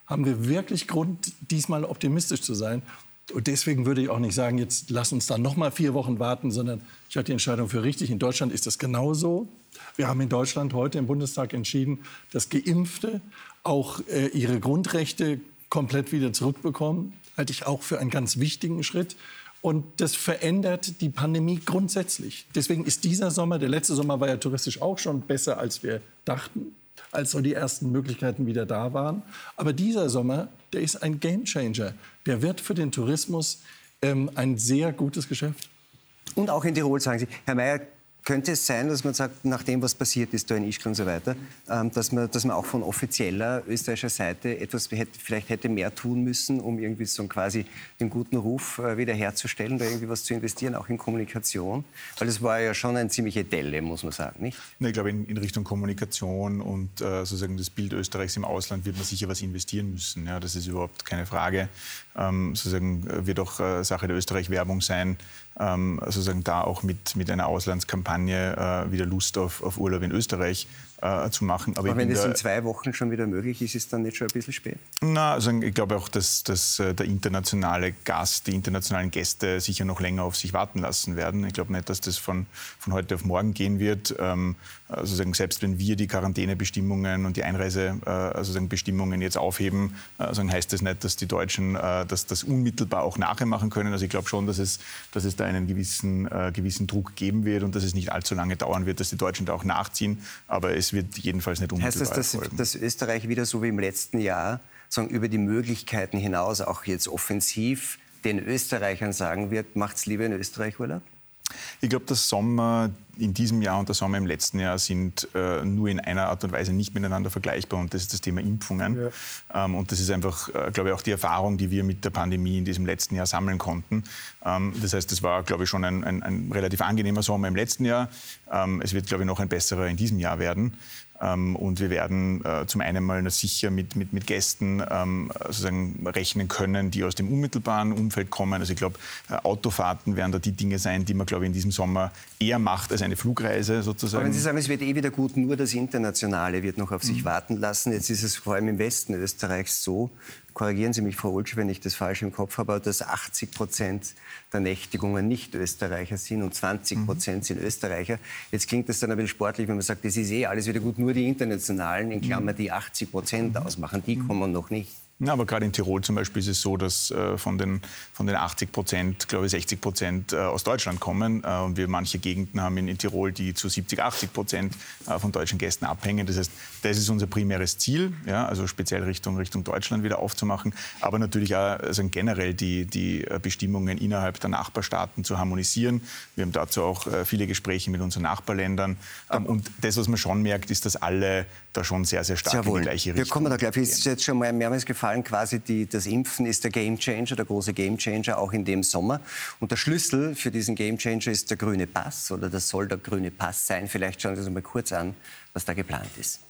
Speaker 6: haben wir wirklich Grund, diesmal optimistisch zu sein. Und deswegen würde ich auch nicht sagen, jetzt lass uns da noch mal vier Wochen warten, sondern ich halte die Entscheidung für richtig. In Deutschland ist das genauso. Wir haben in Deutschland heute im Bundestag entschieden, dass Geimpfte auch äh, ihre Grundrechte komplett wieder zurückbekommen. Halte ich auch für einen ganz wichtigen Schritt. Und das verändert die Pandemie grundsätzlich. Deswegen ist dieser Sommer, der letzte Sommer war ja touristisch auch schon besser, als wir dachten, als so die ersten Möglichkeiten wieder da waren. Aber dieser Sommer, der ist ein Gamechanger. Der wird für den Tourismus ähm, ein sehr gutes Geschäft.
Speaker 1: Und auch in Tirol, sagen Sie. Herr Mayer, könnte es sein, dass man sagt, nach dem, was passiert ist da in Ischgl und so weiter, ähm, dass, man, dass man auch von offizieller österreichischer Seite etwas hätte, vielleicht hätte mehr tun müssen, um irgendwie so quasi den guten Ruf äh, wiederherzustellen, da irgendwie was zu investieren, auch in Kommunikation? Weil das war ja schon eine ziemliche Delle, muss man sagen, nicht?
Speaker 3: Ich glaube, in, in Richtung Kommunikation und äh, sozusagen das Bild Österreichs im Ausland wird man sicher was investieren müssen. Ja, das ist überhaupt keine Frage. Ähm, sozusagen wird auch äh, Sache der Österreich-Werbung sein, ähm, sozusagen da auch mit, mit einer Auslandskampagne äh, wieder Lust auf, auf Urlaub in Österreich äh, zu machen.
Speaker 1: Aber, Aber wenn es in zwei Wochen schon wieder möglich ist, ist es dann nicht schon ein bisschen spät?
Speaker 3: Na, also ich glaube auch, dass, dass der internationale Gast, die internationalen Gäste sicher noch länger auf sich warten lassen werden. Ich glaube nicht, dass das von, von heute auf morgen gehen wird. Ähm, also sagen, selbst wenn wir die Quarantänebestimmungen und die Einreisebestimmungen jetzt aufheben, also heißt das nicht, dass die Deutschen äh, dass das unmittelbar auch nachher machen können. Also ich glaube schon, dass es, dass es da einen gewissen, äh, gewissen Druck geben wird und dass es nicht allzu lange dauern wird, dass die Deutschen da auch nachziehen. Aber es wird jedenfalls nicht unmittelbar
Speaker 1: erfolgen. Heißt das, dass, dass Österreich wieder so wie im letzten Jahr sagen, über die Möglichkeiten hinaus auch jetzt offensiv den Österreichern sagen wird, macht's lieber in Österreich Urlaub?
Speaker 3: Ich glaube, der Sommer in diesem Jahr und der Sommer im letzten Jahr sind äh, nur in einer Art und Weise nicht miteinander vergleichbar. Und das ist das Thema Impfungen. Ja. Ähm, und das ist einfach, äh, glaube ich, auch die Erfahrung, die wir mit der Pandemie in diesem letzten Jahr sammeln konnten. Ähm, das heißt, das war, glaube ich, schon ein, ein, ein relativ angenehmer Sommer im letzten Jahr. Ähm, es wird, glaube ich, noch ein besserer in diesem Jahr werden. Ähm, und wir werden äh, zum einen mal sicher mit, mit, mit Gästen ähm, sozusagen rechnen können, die aus dem unmittelbaren Umfeld kommen. Also ich glaube, äh, Autofahrten werden da die Dinge sein, die man, glaube ich, in diesem Sommer eher macht als eine Flugreise sozusagen.
Speaker 1: Aber wenn Sie sagen, es wird eh wieder gut, nur das Internationale wird noch auf sich
Speaker 3: mhm.
Speaker 1: warten lassen. Jetzt ist es vor allem im Westen Österreichs so, korrigieren Sie mich, Frau Ulsch, wenn ich das falsch im Kopf habe, dass achtzig Prozent der Nächtigungen nicht Österreicher sind und zwanzig Prozent sind Österreicher. Jetzt klingt das dann ein bisschen sportlich, wenn man sagt, das ist eh alles wieder gut, nur die Internationalen, in Klammer die achtzig Prozent ausmachen, die kommen noch nicht.
Speaker 3: Ja, aber gerade in Tirol zum Beispiel ist es so, dass äh, von, den, von den achtzig Prozent, glaube ich, sechzig Prozent äh, aus Deutschland kommen. Äh, und wir manche Gegenden haben in, in Tirol, die zu siebzig, achtzig Prozent äh, von deutschen Gästen abhängen. Das heißt, das ist unser primäres Ziel, ja, also speziell Richtung, Richtung Deutschland wieder aufzumachen. Aber natürlich auch also generell die, die Bestimmungen innerhalb der Nachbarstaaten zu harmonisieren. Wir haben dazu auch äh, viele Gespräche mit unseren Nachbarländern. Ähm, und das, was man schon merkt, ist, dass alle da schon sehr, sehr stark sehr in die gleiche Richtung
Speaker 1: Wir kommen da gleich. Ist jetzt schon mal mehrmals gefallen, quasi die, das Impfen ist der Gamechanger, der große Gamechanger auch in dem Sommer. Und der Schlüssel für diesen Gamechanger ist der grüne Pass oder das soll der grüne Pass sein. Vielleicht schauen Sie uns mal kurz an, was da geplant ist.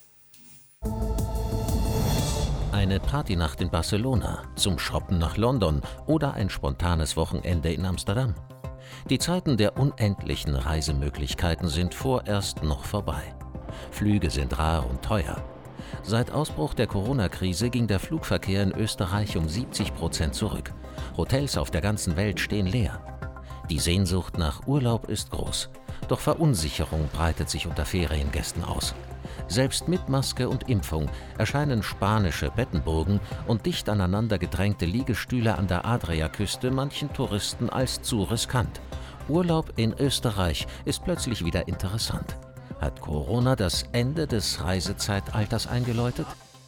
Speaker 4: Eine Partynacht in Barcelona, zum Shoppen nach London oder ein spontanes Wochenende in Amsterdam. Die Zeiten der unendlichen Reisemöglichkeiten sind vorerst noch vorbei. Flüge sind rar und teuer. Seit Ausbruch der Corona-Krise ging der Flugverkehr in Österreich um siebzig Prozent zurück. Hotels auf der ganzen Welt stehen leer. Die Sehnsucht nach Urlaub ist groß. Doch Verunsicherung breitet sich unter Feriengästen aus. Selbst mit Maske und Impfung erscheinen spanische Bettenburgen und dicht aneinander gedrängte Liegestühle an der Adriaküste manchen Touristen als zu riskant. Urlaub in Österreich ist plötzlich wieder interessant. Hat Corona das Ende des Reisezeitalters eingeläutet?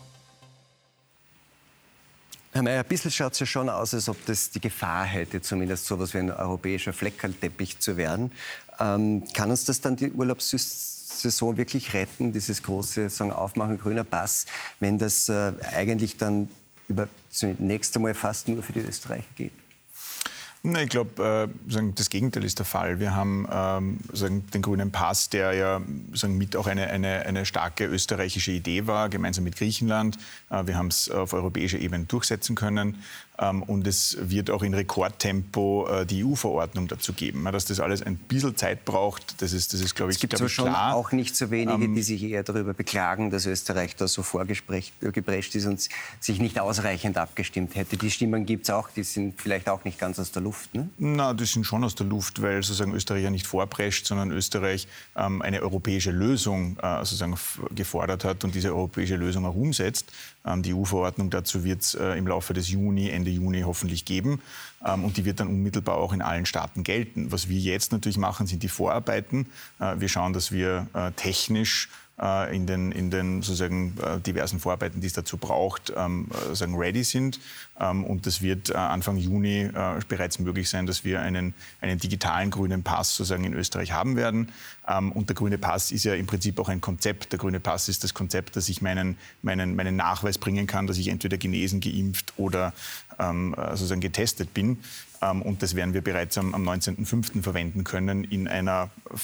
Speaker 1: Herr Mayer, ein bisschen schaut es ja schon aus, als ob das die Gefahr hätte, zumindest so etwas wie ein europäischer Fleckerlteppich zu werden. Ähm, kann uns das dann die Urlaubssaison wirklich retten, dieses große sagen, Aufmachen, grüner Pass, wenn das äh, eigentlich dann über zunächst einmal fast nur für die Österreicher geht?
Speaker 3: Na, ich glaube, äh, das Gegenteil ist der Fall. Wir haben ähm, sagen, den grünen Pass, der ja sagen, mit auch eine, eine, eine starke österreichische Idee war, gemeinsam mit Griechenland. Äh, wir haben es auf europäischer Ebene durchsetzen können. Ähm, und es wird auch in Rekordtempo äh, die E U-Verordnung dazu geben. Dass das alles ein bisschen Zeit braucht, das ist, das ist glaube ich,
Speaker 1: es gibt
Speaker 3: glaub ich,
Speaker 1: schon
Speaker 3: klar.
Speaker 1: auch nicht so wenige,
Speaker 3: ähm,
Speaker 1: die sich eher darüber beklagen, dass Österreich da so vorgeprescht ist und sich nicht ausreichend abgestimmt hätte. Die Stimmen gibt es auch, die sind vielleicht auch nicht ganz aus der Luft, ne?
Speaker 3: Na, die sind schon aus der Luft, weil sozusagen Österreich ja nicht vorprescht, sondern Österreich ähm, eine europäische Lösung äh, sozusagen gefordert hat und diese europäische Lösung auch umsetzt. Ähm, die E U-Verordnung dazu wird es äh, im Laufe des Juni, Ende Juni hoffentlich geben. Ähm, und die wird dann unmittelbar auch in allen Staaten gelten. Was wir jetzt natürlich machen, sind die Vorarbeiten. Äh, wir schauen, dass wir äh, technisch in den, in den sozusagen diversen Vorarbeiten, die es dazu braucht, ähm, sagen ready sind. Ähm, und das wird äh, Anfang Juni äh, bereits möglich sein, dass wir einen, einen digitalen grünen Pass sozusagen in Österreich haben werden. Ähm, und der grüne Pass ist ja im Prinzip auch ein Konzept. Der grüne Pass ist das Konzept, dass ich meinen, meinen, meinen Nachweis bringen kann, dass ich entweder genesen, geimpft oder ähm, sozusagen getestet bin. Um, und das werden wir bereits am, am neunzehnten fünften verwenden können in einer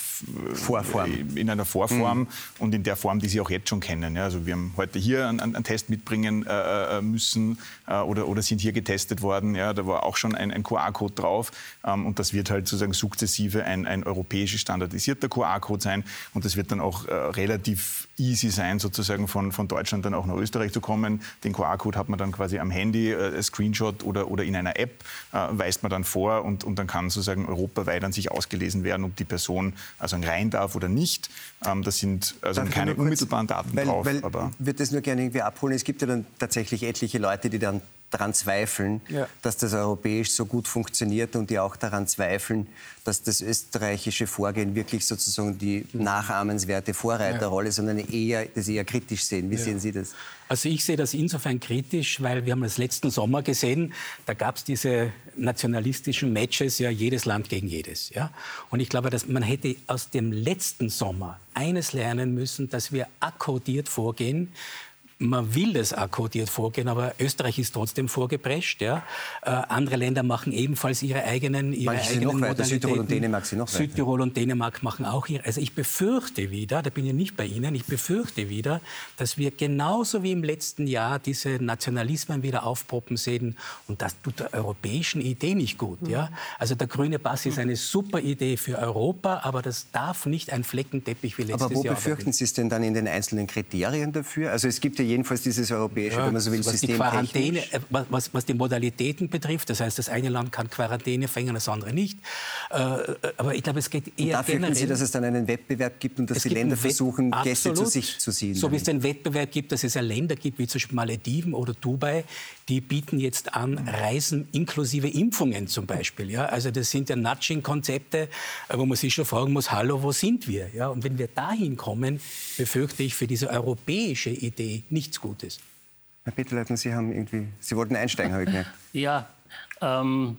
Speaker 1: Vorform,
Speaker 3: in einer Vorform
Speaker 1: mhm.
Speaker 3: und in der Form, die Sie auch jetzt schon kennen. Ja, also wir haben heute hier einen, einen Test mitbringen äh, müssen äh, oder, oder sind hier getestet worden. Ja, da war auch schon ein, ein Q R-Code drauf. Um, und das wird halt sozusagen sukzessive ein, ein europäisch standardisierter Q R-Code sein. Und das wird dann auch äh, relativ easy sein, sozusagen von, von Deutschland dann auch nach Österreich zu kommen. Den Q R-Code hat man dann quasi am Handy, äh, Screenshot oder, oder in einer App, äh, weist man dann vor und, und dann kann sozusagen europaweit an sich ausgelesen werden, ob die Person also rein darf oder nicht. Ähm, das sind also keine unmittelbaren Daten
Speaker 1: weil,
Speaker 3: drauf.
Speaker 1: Weil,
Speaker 3: aber
Speaker 1: ich würde das nur gerne irgendwie abholen. Es gibt ja dann tatsächlich etliche Leute, die dann daran zweifeln, ja. dass das europäisch so gut funktioniert und die auch daran zweifeln, dass das österreichische Vorgehen wirklich sozusagen die nachahmenswerte Vorreiterrolle, ja. sondern eher, das eher kritisch sehen. Wie ja. sehen Sie das?
Speaker 7: Also ich sehe das insofern kritisch, weil wir haben das letzten Sommer gesehen, da gab es diese nationalistischen Matches, ja jedes Land gegen jedes. Ja? Und ich glaube, dass man hätte aus dem letzten Sommer eines lernen müssen, dass wir akkodiert vorgehen. Man will das akkodiert vorgehen, aber Österreich ist trotzdem vorgeprescht. Ja. Äh, andere Länder machen ebenfalls ihre eigenen, ihre eigenen
Speaker 1: noch Modalitäten. Südtirol und Dänemark sind noch weiter.
Speaker 7: Südtirol und Dänemark machen auch ihre. Also ich befürchte wieder, da bin ich nicht bei Ihnen, ich befürchte wieder, dass wir genauso wie im letzten Jahr diese Nationalismen wieder aufpoppen sehen. Und das tut der europäischen Idee nicht gut. Mhm. Ja. Also der grüne Pass ist eine super Idee für Europa, aber das darf nicht ein Fleckenteppich wie letztes Jahr.
Speaker 1: Aber wo
Speaker 7: Jahr
Speaker 1: befürchten Sie es denn dann in den einzelnen Kriterien dafür? Also es gibt ja jedenfalls dieses europäische,
Speaker 7: ja,
Speaker 1: wenn man so will,
Speaker 7: was
Speaker 1: System
Speaker 7: die Quarantäne, was, was die Modalitäten betrifft, das heißt, das eine Land kann Quarantäne verhängen, das andere nicht. Äh, aber ich glaube, es geht eher
Speaker 1: und da fürchten Sie, dass es dann einen Wettbewerb gibt und dass die Länder versuchen, Wett- Gäste zu sich zu ziehen?
Speaker 7: So wie es den Wettbewerb gibt, dass es ja Länder gibt, wie zum Beispiel Malediven oder Dubai, die bieten jetzt an Reisen inklusive Impfungen zum Beispiel. Ja? Also das sind ja Nudging-Konzepte, wo man sich schon fragen muss, hallo, wo sind wir? Ja? Und wenn wir dahin kommen, befürchte ich für diese europäische Idee nichts Gutes.
Speaker 1: Herr Peterleitner, Sie haben irgendwie, Sie wollten einsteigen, habe ich gemerkt.
Speaker 5: Ja, ähm...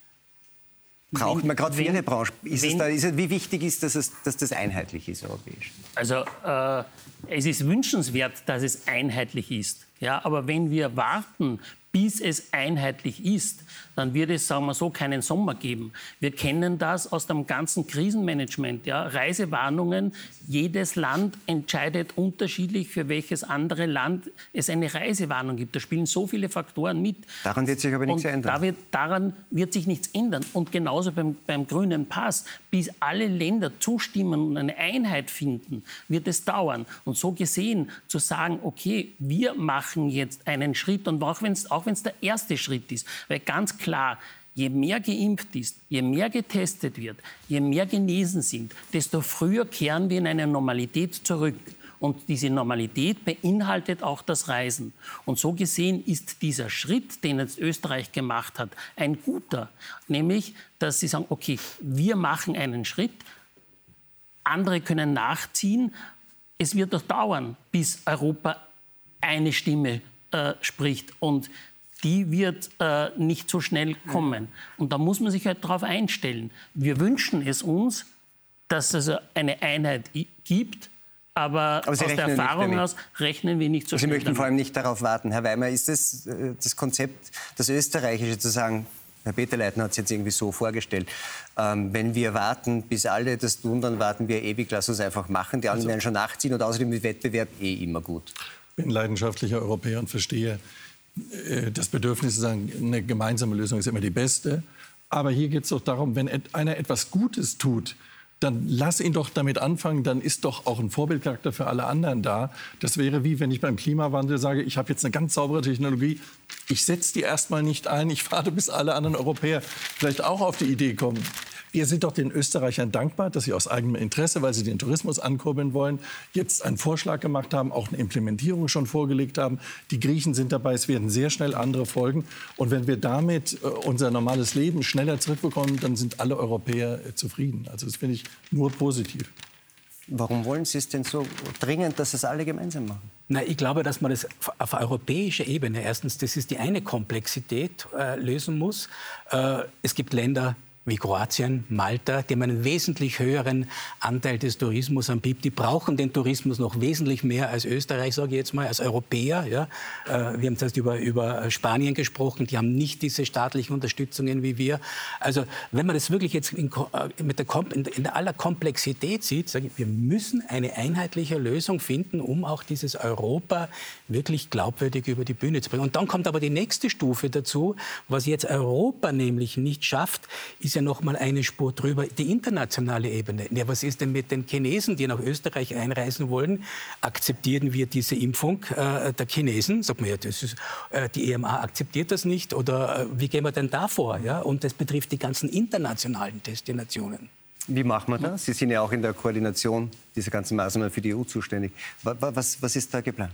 Speaker 1: Braucht man gerade für Ihre Branche? Ist
Speaker 5: wenn,
Speaker 1: es da, ist es, wie wichtig ist, dass, es, dass das einheitlich ist, europäisch?
Speaker 5: Also äh, es ist wünschenswert, dass es einheitlich ist. Ja, aber wenn wir warten, bis es einheitlich ist, dann wird es, sagen wir so, keinen Sommer geben. Wir kennen das aus dem ganzen Krisenmanagement. Ja? Reisewarnungen, jedes Land entscheidet unterschiedlich, für welches andere Land es eine Reisewarnung gibt. Da spielen so viele Faktoren mit.
Speaker 1: Daran wird sich aber nichts
Speaker 5: und
Speaker 1: ändern.
Speaker 5: Da wird, daran wird sich nichts ändern. Und genauso beim, beim grünen Pass, bis alle Länder zustimmen und eine Einheit finden, wird es dauern. Und so gesehen zu sagen, okay, wir machen jetzt einen Schritt, und auch wenn es auch wenn es der erste Schritt ist, weil ganz klar, je mehr geimpft ist, je mehr getestet wird, je mehr genesen sind, desto früher kehren wir in eine Normalität zurück. Und diese Normalität beinhaltet auch das Reisen. Und so gesehen ist dieser Schritt, den jetzt Österreich gemacht hat, ein guter. Nämlich, dass sie sagen, okay, wir machen einen Schritt, andere können nachziehen. Es wird doch dauern, bis Europa eine Stimme äh, spricht. Und die wird äh, nicht so schnell kommen. Und da muss man sich halt darauf einstellen. Wir wünschen es uns, dass es eine Einheit gibt, aber, aber aus der Erfahrung heraus rechnen wir nicht so
Speaker 1: Sie
Speaker 5: schnell.
Speaker 1: Sie möchten
Speaker 5: damit.
Speaker 1: vor allem nicht darauf warten. Herr Weimer, ist das äh, das Konzept, das österreichische, zu sagen, Herr Peterleitner hat es jetzt irgendwie so vorgestellt. Ähm, wenn wir warten, bis alle das tun, dann warten wir ewig. Lass uns einfach machen. Die anderen also, werden schon nachziehen und außerdem ist Wettbewerb eh immer gut. Ich
Speaker 6: bin leidenschaftlicher Europäer und verstehe äh, das Bedürfnis zu sagen, eine gemeinsame Lösung ist immer die beste. Aber hier geht es doch darum, wenn et- einer etwas Gutes tut, dann lass ihn doch damit anfangen, dann ist doch auch ein Vorbildcharakter für alle anderen da. Das wäre wie, wenn ich beim Klimawandel sage, ich habe jetzt eine ganz saubere Technologie, ich setze die erstmal nicht ein, ich warte, bis alle anderen Europäer vielleicht auch auf die Idee kommen. Wir sind doch den Österreichern dankbar, dass sie aus eigenem Interesse, weil sie den Tourismus ankurbeln wollen, jetzt einen Vorschlag gemacht haben, auch eine Implementierung schon vorgelegt haben. Die Griechen sind dabei, es werden sehr schnell andere folgen. Und wenn wir damit äh, unser normales Leben schneller zurückbekommen, dann sind alle Europäer äh, zufrieden. Also das finde ich nur positiv.
Speaker 1: Warum wollen Sie es denn so dringend, dass es alle gemeinsam machen?
Speaker 7: Na, ich glaube, dass man das auf europäischer Ebene, erstens, das ist die eine Komplexität, äh, lösen muss. Äh, es gibt Länder wie Kroatien, Malta, die haben einen wesentlich höheren Anteil des Tourismus anbietet. Die brauchen den Tourismus noch wesentlich mehr als Österreich, sage ich jetzt mal, als Europäer. Ja. Äh, wir haben zuerst über, über Spanien gesprochen, die haben nicht diese staatlichen Unterstützungen wie wir. Also wenn man das wirklich jetzt in, mit der, in, in aller Komplexität sieht, sage ich, wir müssen eine einheitliche Lösung finden, um auch dieses Europa wirklich glaubwürdig über die Bühne zu bringen. Und dann kommt aber die nächste Stufe dazu, was jetzt Europa nämlich nicht schafft, ist ja noch mal eine Spur drüber, die internationale Ebene. Ja, was ist denn mit den Chinesen, die nach Österreich einreisen wollen? Akzeptieren wir diese Impfung äh, der Chinesen? Sagt man ja, das ist, äh, die E M A akzeptiert das nicht. Oder äh, wie gehen wir denn da vor? Ja? Und das betrifft die ganzen internationalen Destinationen.
Speaker 1: Wie machen wir das? Sie sind ja auch in der Koordination dieser ganzen Maßnahmen für die E U zuständig. Was, was ist da geplant?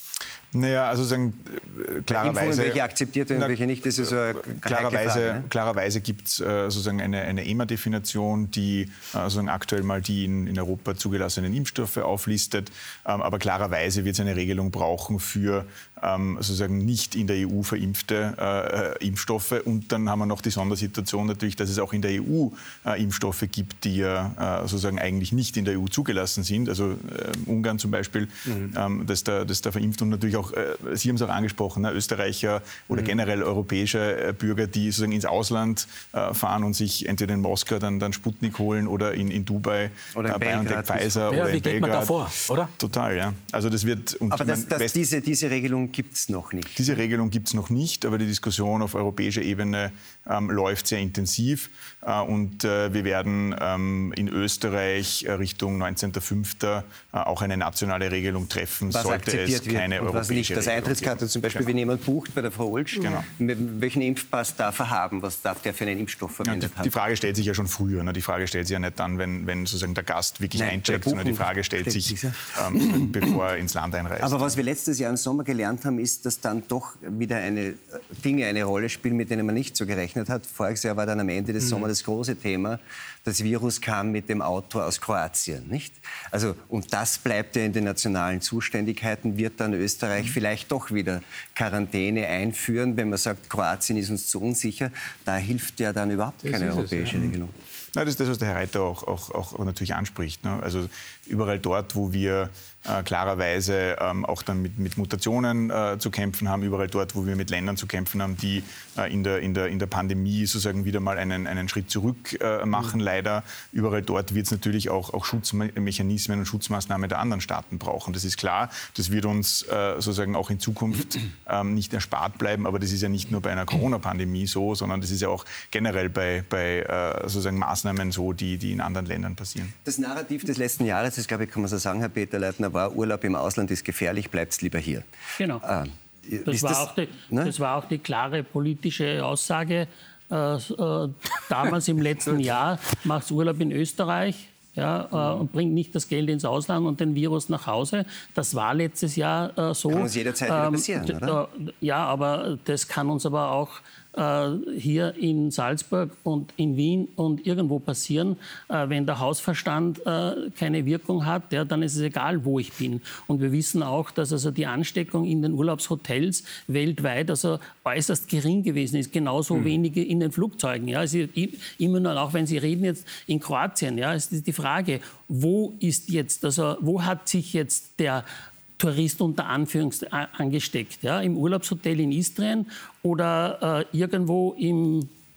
Speaker 3: Naja, also sagen, klarerweise...
Speaker 1: Impfungen, welche akzeptiert und welche nicht, das ist so eine
Speaker 3: klarerweise,
Speaker 1: Frage, ne?
Speaker 3: Klarerweise gibt es äh, sozusagen eine, eine E M A-Definition, die äh, sozusagen aktuell mal die in, in Europa zugelassenen Impfstoffe auflistet. Ähm, aber klarerweise wird es eine Regelung brauchen für ähm, sozusagen nicht in der E U verimpfte äh, Impfstoffe. Und dann haben wir noch die Sondersituation natürlich, dass es auch in der E U äh, Impfstoffe gibt, die ja äh, sozusagen eigentlich nicht in der E U zugelassen sind. Also äh, Ungarn zum Beispiel, mhm. ähm, das, da, das da verimpft und natürlich auch Auch, äh, Sie haben es auch angesprochen, ne, Österreicher oder mhm. generell europäische äh, Bürger, die sozusagen ins Ausland äh, fahren und sich entweder in Moskau dann, dann Sputnik holen oder in, in Dubai
Speaker 1: oder in äh, BioNTech,
Speaker 3: Pfizer
Speaker 7: ja,
Speaker 3: oder
Speaker 7: wie
Speaker 3: in
Speaker 7: geht
Speaker 3: Belgrad.
Speaker 7: Man da vor, oder?
Speaker 3: Total, ja. Also das wird, und
Speaker 1: aber das, das, diese, diese Regelung gibt es noch nicht?
Speaker 3: Diese Regelung gibt es noch nicht, aber die Diskussion auf europäischer Ebene ähm, läuft sehr intensiv. Äh, und äh, wir werden ähm, in Österreich äh, Richtung neunzehnten fünften äh, auch eine nationale Regelung treffen,
Speaker 1: was
Speaker 3: sollte es keine
Speaker 1: und was
Speaker 3: europäische
Speaker 1: nicht. Das Eintrittskarte zum Beispiel, genau. Wenn jemand bucht bei der Frau Olsch, genau. Welchen Impfpass darf er haben? Was darf der für einen Impfstoff verwendet
Speaker 3: ja, die,
Speaker 1: haben?
Speaker 3: Die Frage stellt sich ja schon früher. Ne? Die Frage stellt sich ja nicht dann, wenn, wenn sozusagen der Gast wirklich Nein, eincheckt, sondern die Frage stellt, stellt sich, ähm, bevor er ins Land einreist.
Speaker 1: Aber was wir letztes Jahr im Sommer gelernt haben, ist, dass dann doch wieder eine, Dinge eine Rolle spielen, mit denen man nicht so gerechnet hat. Voriges Jahr war dann am Ende des mhm. Sommers das große Thema. Das Virus kam mit dem Auto aus Kroatien, nicht? Also, und das bleibt ja in den nationalen Zuständigkeiten, wird dann Österreich mhm. vielleicht doch wieder Quarantäne einführen, wenn man sagt, Kroatien ist uns zu unsicher. Da hilft ja dann überhaupt das keine europäische es, ja. Regelung.
Speaker 3: Na, das ist das, was der Herr Reiter auch, auch, auch natürlich anspricht. Ne? Also überall dort, wo wir äh, klarerweise ähm, auch dann mit, mit Mutationen äh, zu kämpfen haben, überall dort, wo wir mit Ländern zu kämpfen haben, die äh, in, der, in, der, in der Pandemie sozusagen wieder mal einen, einen Schritt zurück äh, machen, mhm. leider. Überall dort wird es natürlich auch, auch Schutzmechanismen und Schutzmaßnahmen der anderen Staaten brauchen. Das ist klar, das wird uns äh, sozusagen auch in Zukunft ähm, nicht erspart bleiben, aber das ist ja nicht nur bei einer Corona-Pandemie so, sondern das ist ja auch generell bei, bei äh, sozusagen Maßnahmen so, die, die in anderen Ländern passieren.
Speaker 1: Das Narrativ des letzten Jahres, das glaube ich, kann man so sagen, Herr Peterleitner, war, Urlaub im Ausland ist gefährlich, bleibt lieber hier.
Speaker 5: Genau. Ah, das, war das, auch die, ne? das war auch die klare politische Aussage äh, äh, damals im letzten Jahr, macht Urlaub in Österreich. Ja, äh, und bringt nicht das Geld ins Ausland und den Virus nach Hause. Das war letztes Jahr äh, so.
Speaker 1: Kann uns jederzeit wieder passieren, ähm, oder?
Speaker 5: Ja, aber das kann uns aber auch äh, hier in Salzburg und in Wien und irgendwo passieren. Äh, wenn der Hausverstand äh, keine Wirkung hat, ja, dann ist es egal, wo ich bin. Und wir wissen auch, dass also die Ansteckung in den Urlaubshotels weltweit also äußerst gering gewesen ist. Genauso mhm. wenige in den Flugzeugen. Ja. Also immer nur, auch wenn Sie reden jetzt in Kroatien, ja, es ist die Frage, wo ist jetzt, also wo hat sich jetzt der Tourist unter Anführungszeichen angesteckt? Ja? Im Urlaubshotel in Istrien oder äh, irgendwo im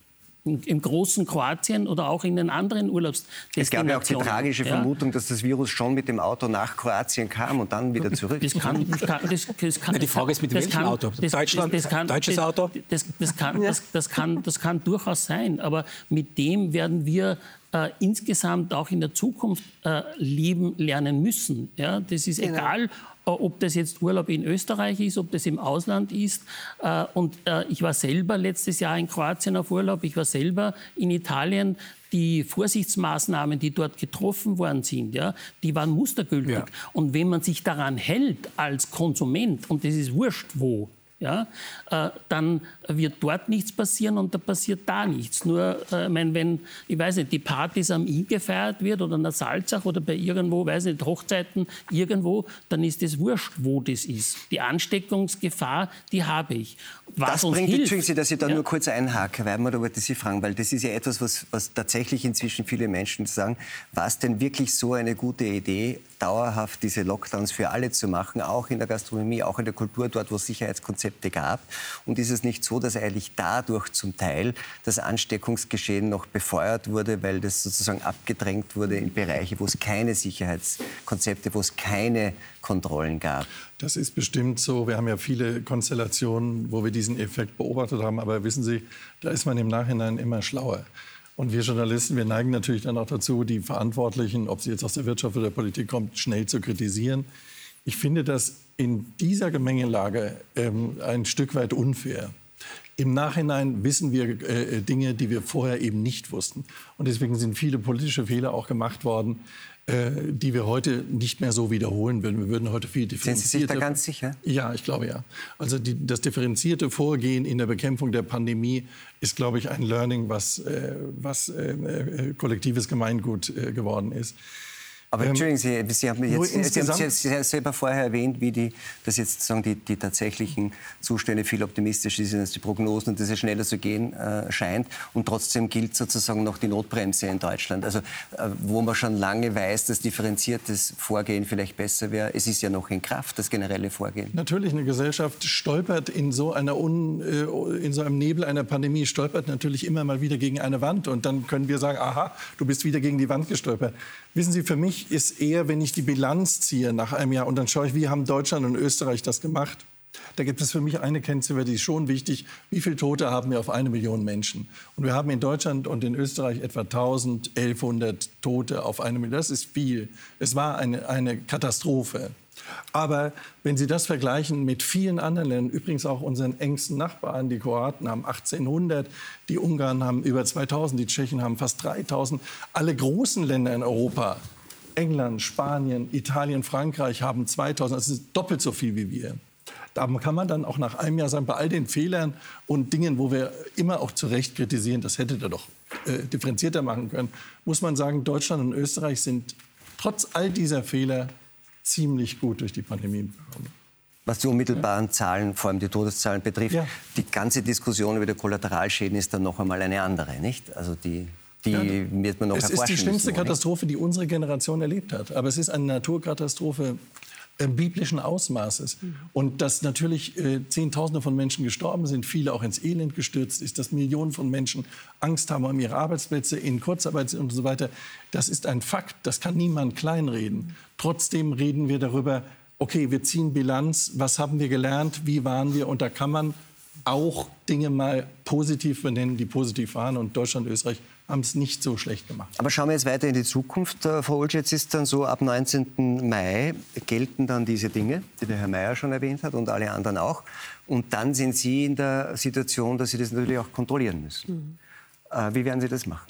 Speaker 5: im großen Kroatien oder auch in den anderen Urlaubsdestinationen.
Speaker 1: Es gab ja auch die tragische
Speaker 5: ja.
Speaker 1: Vermutung, dass das Virus schon mit dem Auto nach Kroatien kam und dann wieder zurück.
Speaker 5: Das kann, das kann, das, das kann,
Speaker 7: Na, die Frage ist, mit welchem
Speaker 5: kann,
Speaker 7: Auto?
Speaker 5: Das,
Speaker 7: Deutschland,
Speaker 5: das kann,
Speaker 7: deutsches
Speaker 5: das,
Speaker 7: Auto?
Speaker 5: Das, das, kann, das, das, kann, das kann durchaus sein, aber mit dem werden wir äh, insgesamt auch in der Zukunft äh, leben lernen müssen. Ja? Das ist
Speaker 2: Genau.
Speaker 5: egal, ob das jetzt Urlaub in Österreich ist, ob das im Ausland ist. Und ich war selber letztes Jahr in Kroatien auf Urlaub, ich war selber in Italien. Die Vorsichtsmaßnahmen, die dort getroffen worden sind, ja, die waren mustergültig. Ja. Und wenn man sich daran hält als Konsument, und das ist wurscht wo, ja, äh, dann wird dort nichts passieren und da passiert da nichts. Nur, äh, mein, wenn, ich weiß nicht, die Partys am Inn gefeiert wird oder in der Salzach oder bei irgendwo, weiß nicht, Hochzeiten irgendwo, dann ist es wurscht, wo das ist. Die Ansteckungsgefahr, die habe ich. Was
Speaker 1: das
Speaker 5: uns
Speaker 1: bringt,
Speaker 5: hilft,
Speaker 1: Entschuldigen Sie, dass ich da
Speaker 5: ja.
Speaker 1: nur kurz einhake, weil man da wollte Sie fragen, weil das ist ja etwas, was, was tatsächlich inzwischen viele Menschen sagen, war es denn wirklich so eine gute Idee, dauerhaft diese Lockdowns für alle zu machen, auch in der Gastronomie, auch in der Kultur, dort, wo es Sicherheitskonzepte gab. Und ist es nicht so, dass eigentlich dadurch zum Teil das Ansteckungsgeschehen noch befeuert wurde, weil das sozusagen abgedrängt wurde in Bereiche, wo es keine Sicherheitskonzepte, wo es keine Kontrollen gab?
Speaker 6: Das ist bestimmt so. Wir haben ja viele Konstellationen, wo wir diesen Effekt beobachtet haben. Aber wissen Sie, da ist man im Nachhinein immer schlauer. Und wir Journalisten, wir neigen natürlich dann auch dazu, die Verantwortlichen, ob sie jetzt aus der Wirtschaft oder der Politik kommen, schnell zu kritisieren. Ich finde das in dieser Gemengelage ähm, ein Stück weit unfair. Im Nachhinein wissen wir äh, Dinge, die wir vorher eben nicht wussten. Und deswegen sind viele politische Fehler auch gemacht worden, äh, die wir heute nicht mehr so wiederholen würden. Wir würden heute viel differenzierter...
Speaker 1: Sind Sie sich da ganz sicher?
Speaker 6: Ja, ich glaube ja. Also die, das differenzierte Vorgehen in der Bekämpfung der Pandemie ist, glaube ich, ein Learning, was, äh, was äh, äh, kollektives Gemeingut äh, geworden ist.
Speaker 1: Aber entschuldigen Sie, Sie haben, jetzt, Sie haben
Speaker 6: insgesamt
Speaker 1: Sie selber vorher erwähnt, wie die, dass jetzt sagen, die, die tatsächlichen Zustände viel optimistischer sind als die Prognosen und dass es schneller zu gehen äh, scheint. Und trotzdem gilt sozusagen noch die Notbremse in Deutschland. Also äh, wo man schon lange weiß, dass differenziertes Vorgehen vielleicht besser wäre. Es ist ja noch in Kraft, das generelle Vorgehen.
Speaker 6: Natürlich, eine Gesellschaft stolpert in so, einer Un, äh, in so einem Nebel einer Pandemie, stolpert natürlich immer mal wieder gegen eine Wand. Und dann können wir sagen, aha, du bist wieder gegen die Wand gestolpert. Wissen Sie, für mich ist eher, wenn ich die Bilanz ziehe nach einem Jahr und dann schaue ich, wie haben Deutschland und Österreich das gemacht, da gibt es für mich eine Kennziffer, die ist schon wichtig. Wie viele Tote haben wir auf eine Million Menschen? Und wir haben in Deutschland und in Österreich etwa tausend, elfhundert Tote auf eine Million. Das ist viel. Es war eine, eine Katastrophe. Aber wenn Sie das vergleichen mit vielen anderen Ländern, übrigens auch unseren engsten Nachbarn, die Kroaten haben achtzehnhundert, die Ungarn haben über zweitausend, die Tschechen haben fast dreitausend. Alle großen Länder in Europa, England, Spanien, Italien, Frankreich haben zweitausend, das ist doppelt so viel wie wir. Da kann man dann auch nach einem Jahr sagen, bei all den Fehlern und Dingen, wo wir immer auch zu Recht kritisieren, das hätte er doch äh, differenzierter machen können, muss man sagen, Deutschland und Österreich sind trotz all dieser Fehler ziemlich gut durch die Pandemie gekommen.
Speaker 1: Was die unmittelbaren Zahlen, vor allem die Todeszahlen betrifft, ja. Die ganze Diskussion über die Kollateralschäden ist dann noch einmal eine andere, nicht? Also die, die ja, wird man noch
Speaker 6: erforschen. Es ist die schlimmste müssen, Katastrophe, die unsere Generation erlebt hat. Aber es ist eine Naturkatastrophe äh, biblischen Ausmaßes. Mhm. Und dass natürlich äh, Zehntausende von Menschen gestorben sind, viele auch ins Elend gestürzt ist, dass Millionen von Menschen Angst haben um ihre Arbeitsplätze, in Kurzarbeit sind und so weiter. Das ist ein Fakt, das kann niemand kleinreden. Mhm. Trotzdem reden wir darüber, okay, wir ziehen Bilanz, was haben wir gelernt, wie waren wir? Und da kann man auch Dinge mal positiv benennen, die positiv waren. Und Deutschland und Österreich haben es nicht so schlecht gemacht.
Speaker 1: Aber schauen wir jetzt weiter in die Zukunft. Frau Ulsch, jetzt ist dann so, ab neunzehnten Mai gelten dann diese Dinge, die der Herr Mayer schon erwähnt hat und alle anderen auch. Und dann sind Sie in der Situation, dass Sie das natürlich auch kontrollieren müssen. Mhm. Wie werden Sie das machen?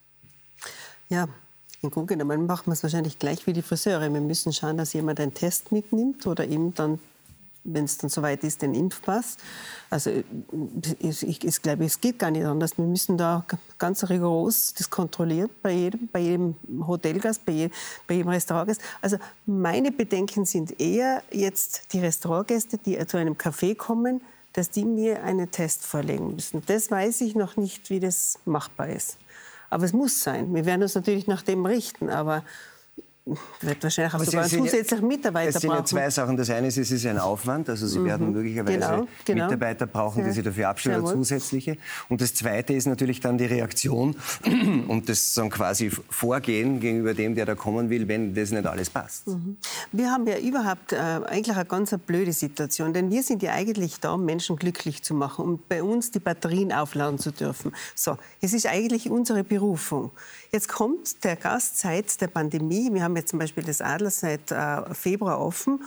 Speaker 2: Ja, im Grunde genommen machen wir es wahrscheinlich gleich wie die Friseure. Wir müssen schauen, dass jemand einen Test mitnimmt oder eben dann, wenn es dann soweit ist, den Impfpass. Also ich, ich, ich glaube, es geht gar nicht anders. Wir müssen da ganz rigoros das kontrollieren bei jedem, bei jedem Hotelgast, bei jedem, bei jedem Restaurantgast. Also meine Bedenken sind eher jetzt die Restaurantgäste, die zu einem Café kommen, dass die mir einen Test vorlegen müssen. Das weiß ich noch nicht, wie das machbar ist. Aber es muss sein. Wir werden uns natürlich nach dem richten. Aber wird wahrscheinlich auch
Speaker 1: Aber
Speaker 2: sogar
Speaker 1: Sie-
Speaker 2: einen
Speaker 1: Sie-
Speaker 2: zusätzlichen Mitarbeiter
Speaker 1: Es sind ja
Speaker 2: brauchen.
Speaker 1: zwei Sachen. Das eine ist, es ist ein Aufwand. Also Sie werden möglicherweise
Speaker 2: Genau, genau.
Speaker 1: Mitarbeiter brauchen, die
Speaker 2: Ja.
Speaker 1: Sie dafür abstellen,
Speaker 2: Sehr
Speaker 1: oder
Speaker 2: wohl.
Speaker 1: zusätzliche. Und das Zweite ist natürlich dann die Reaktion und das dann quasi Vorgehen gegenüber dem, der da kommen will, wenn das nicht alles passt.
Speaker 2: Wir haben ja überhaupt äh, eigentlich eine ganz eine blöde Situation, denn wir sind ja eigentlich da, um Menschen glücklich zu machen, um bei uns die Batterien aufladen zu dürfen. So, es ist eigentlich unsere Berufung. Jetzt kommt der Gast seit der Pandemie. Wir haben jetzt zum Beispiel das Adler seit äh, Februar offen.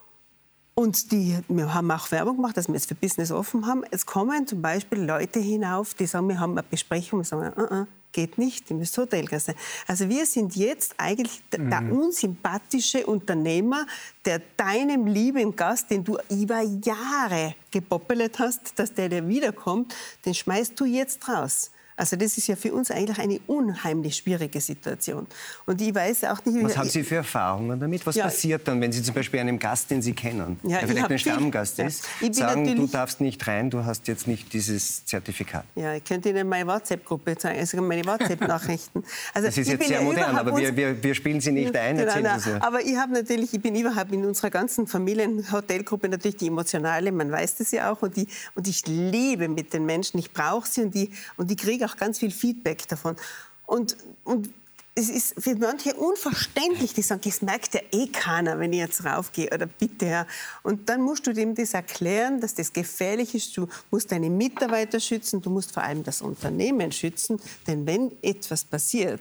Speaker 2: Und die, wir haben auch Werbung gemacht, dass wir es für Business offen haben. Es kommen zum Beispiel Leute hinauf, die sagen, wir haben eine Besprechung, wir sagen, uh -uh, geht nicht, ihr müsst Hotelgast sein. Also wir sind jetzt eigentlich der, der unsympathische Unternehmer, der deinem lieben Gast, den du über Jahre gepoppelt hast, dass der, der wiederkommt, den schmeißt du jetzt raus. Also das ist ja für uns eigentlich eine unheimlich schwierige Situation. Und ich weiß auch nicht...
Speaker 1: Was haben Sie für Erfahrungen damit? Was
Speaker 2: Ja.
Speaker 1: passiert dann, wenn Sie zum Beispiel einem Gast, den Sie kennen,
Speaker 2: Ja,
Speaker 1: der
Speaker 2: ich
Speaker 1: vielleicht
Speaker 2: hab
Speaker 1: ein
Speaker 2: viel-
Speaker 1: Stammgast
Speaker 2: Ja.
Speaker 1: ist,
Speaker 2: Ich bin
Speaker 1: sagen, du
Speaker 2: natürlich-
Speaker 1: darfst nicht rein, du hast jetzt nicht dieses Zertifikat?
Speaker 2: Ja, ich könnte Ihnen meine WhatsApp-Gruppe zeigen, also meine WhatsApp-Nachrichten. Also
Speaker 1: Das ist
Speaker 2: ich
Speaker 1: jetzt
Speaker 2: bin
Speaker 1: sehr
Speaker 2: ja
Speaker 1: modern,
Speaker 2: überhaupt
Speaker 1: aber wir,
Speaker 2: uns-
Speaker 1: wir, wir spielen Sie nicht ein.
Speaker 2: Genau,
Speaker 1: Erzählen
Speaker 2: nein,
Speaker 1: Sie es nur.
Speaker 2: aber ich habe natürlich, ich bin überhaupt in unserer ganzen Familienhotelgruppe natürlich die emotionale, man weiß das ja auch, und, die, und ich lebe mit den Menschen, ich brauche sie und, die, und ich kriege auch ganz viel Feedback davon. Und, und es ist für manche unverständlich, die sagen, das merkt ja eh keiner, wenn ich jetzt raufgehe, oder bitte, Herr. Und dann musst du dem das erklären, dass das gefährlich ist. Du musst deine Mitarbeiter schützen, du musst vor allem das Unternehmen schützen, denn wenn etwas passiert,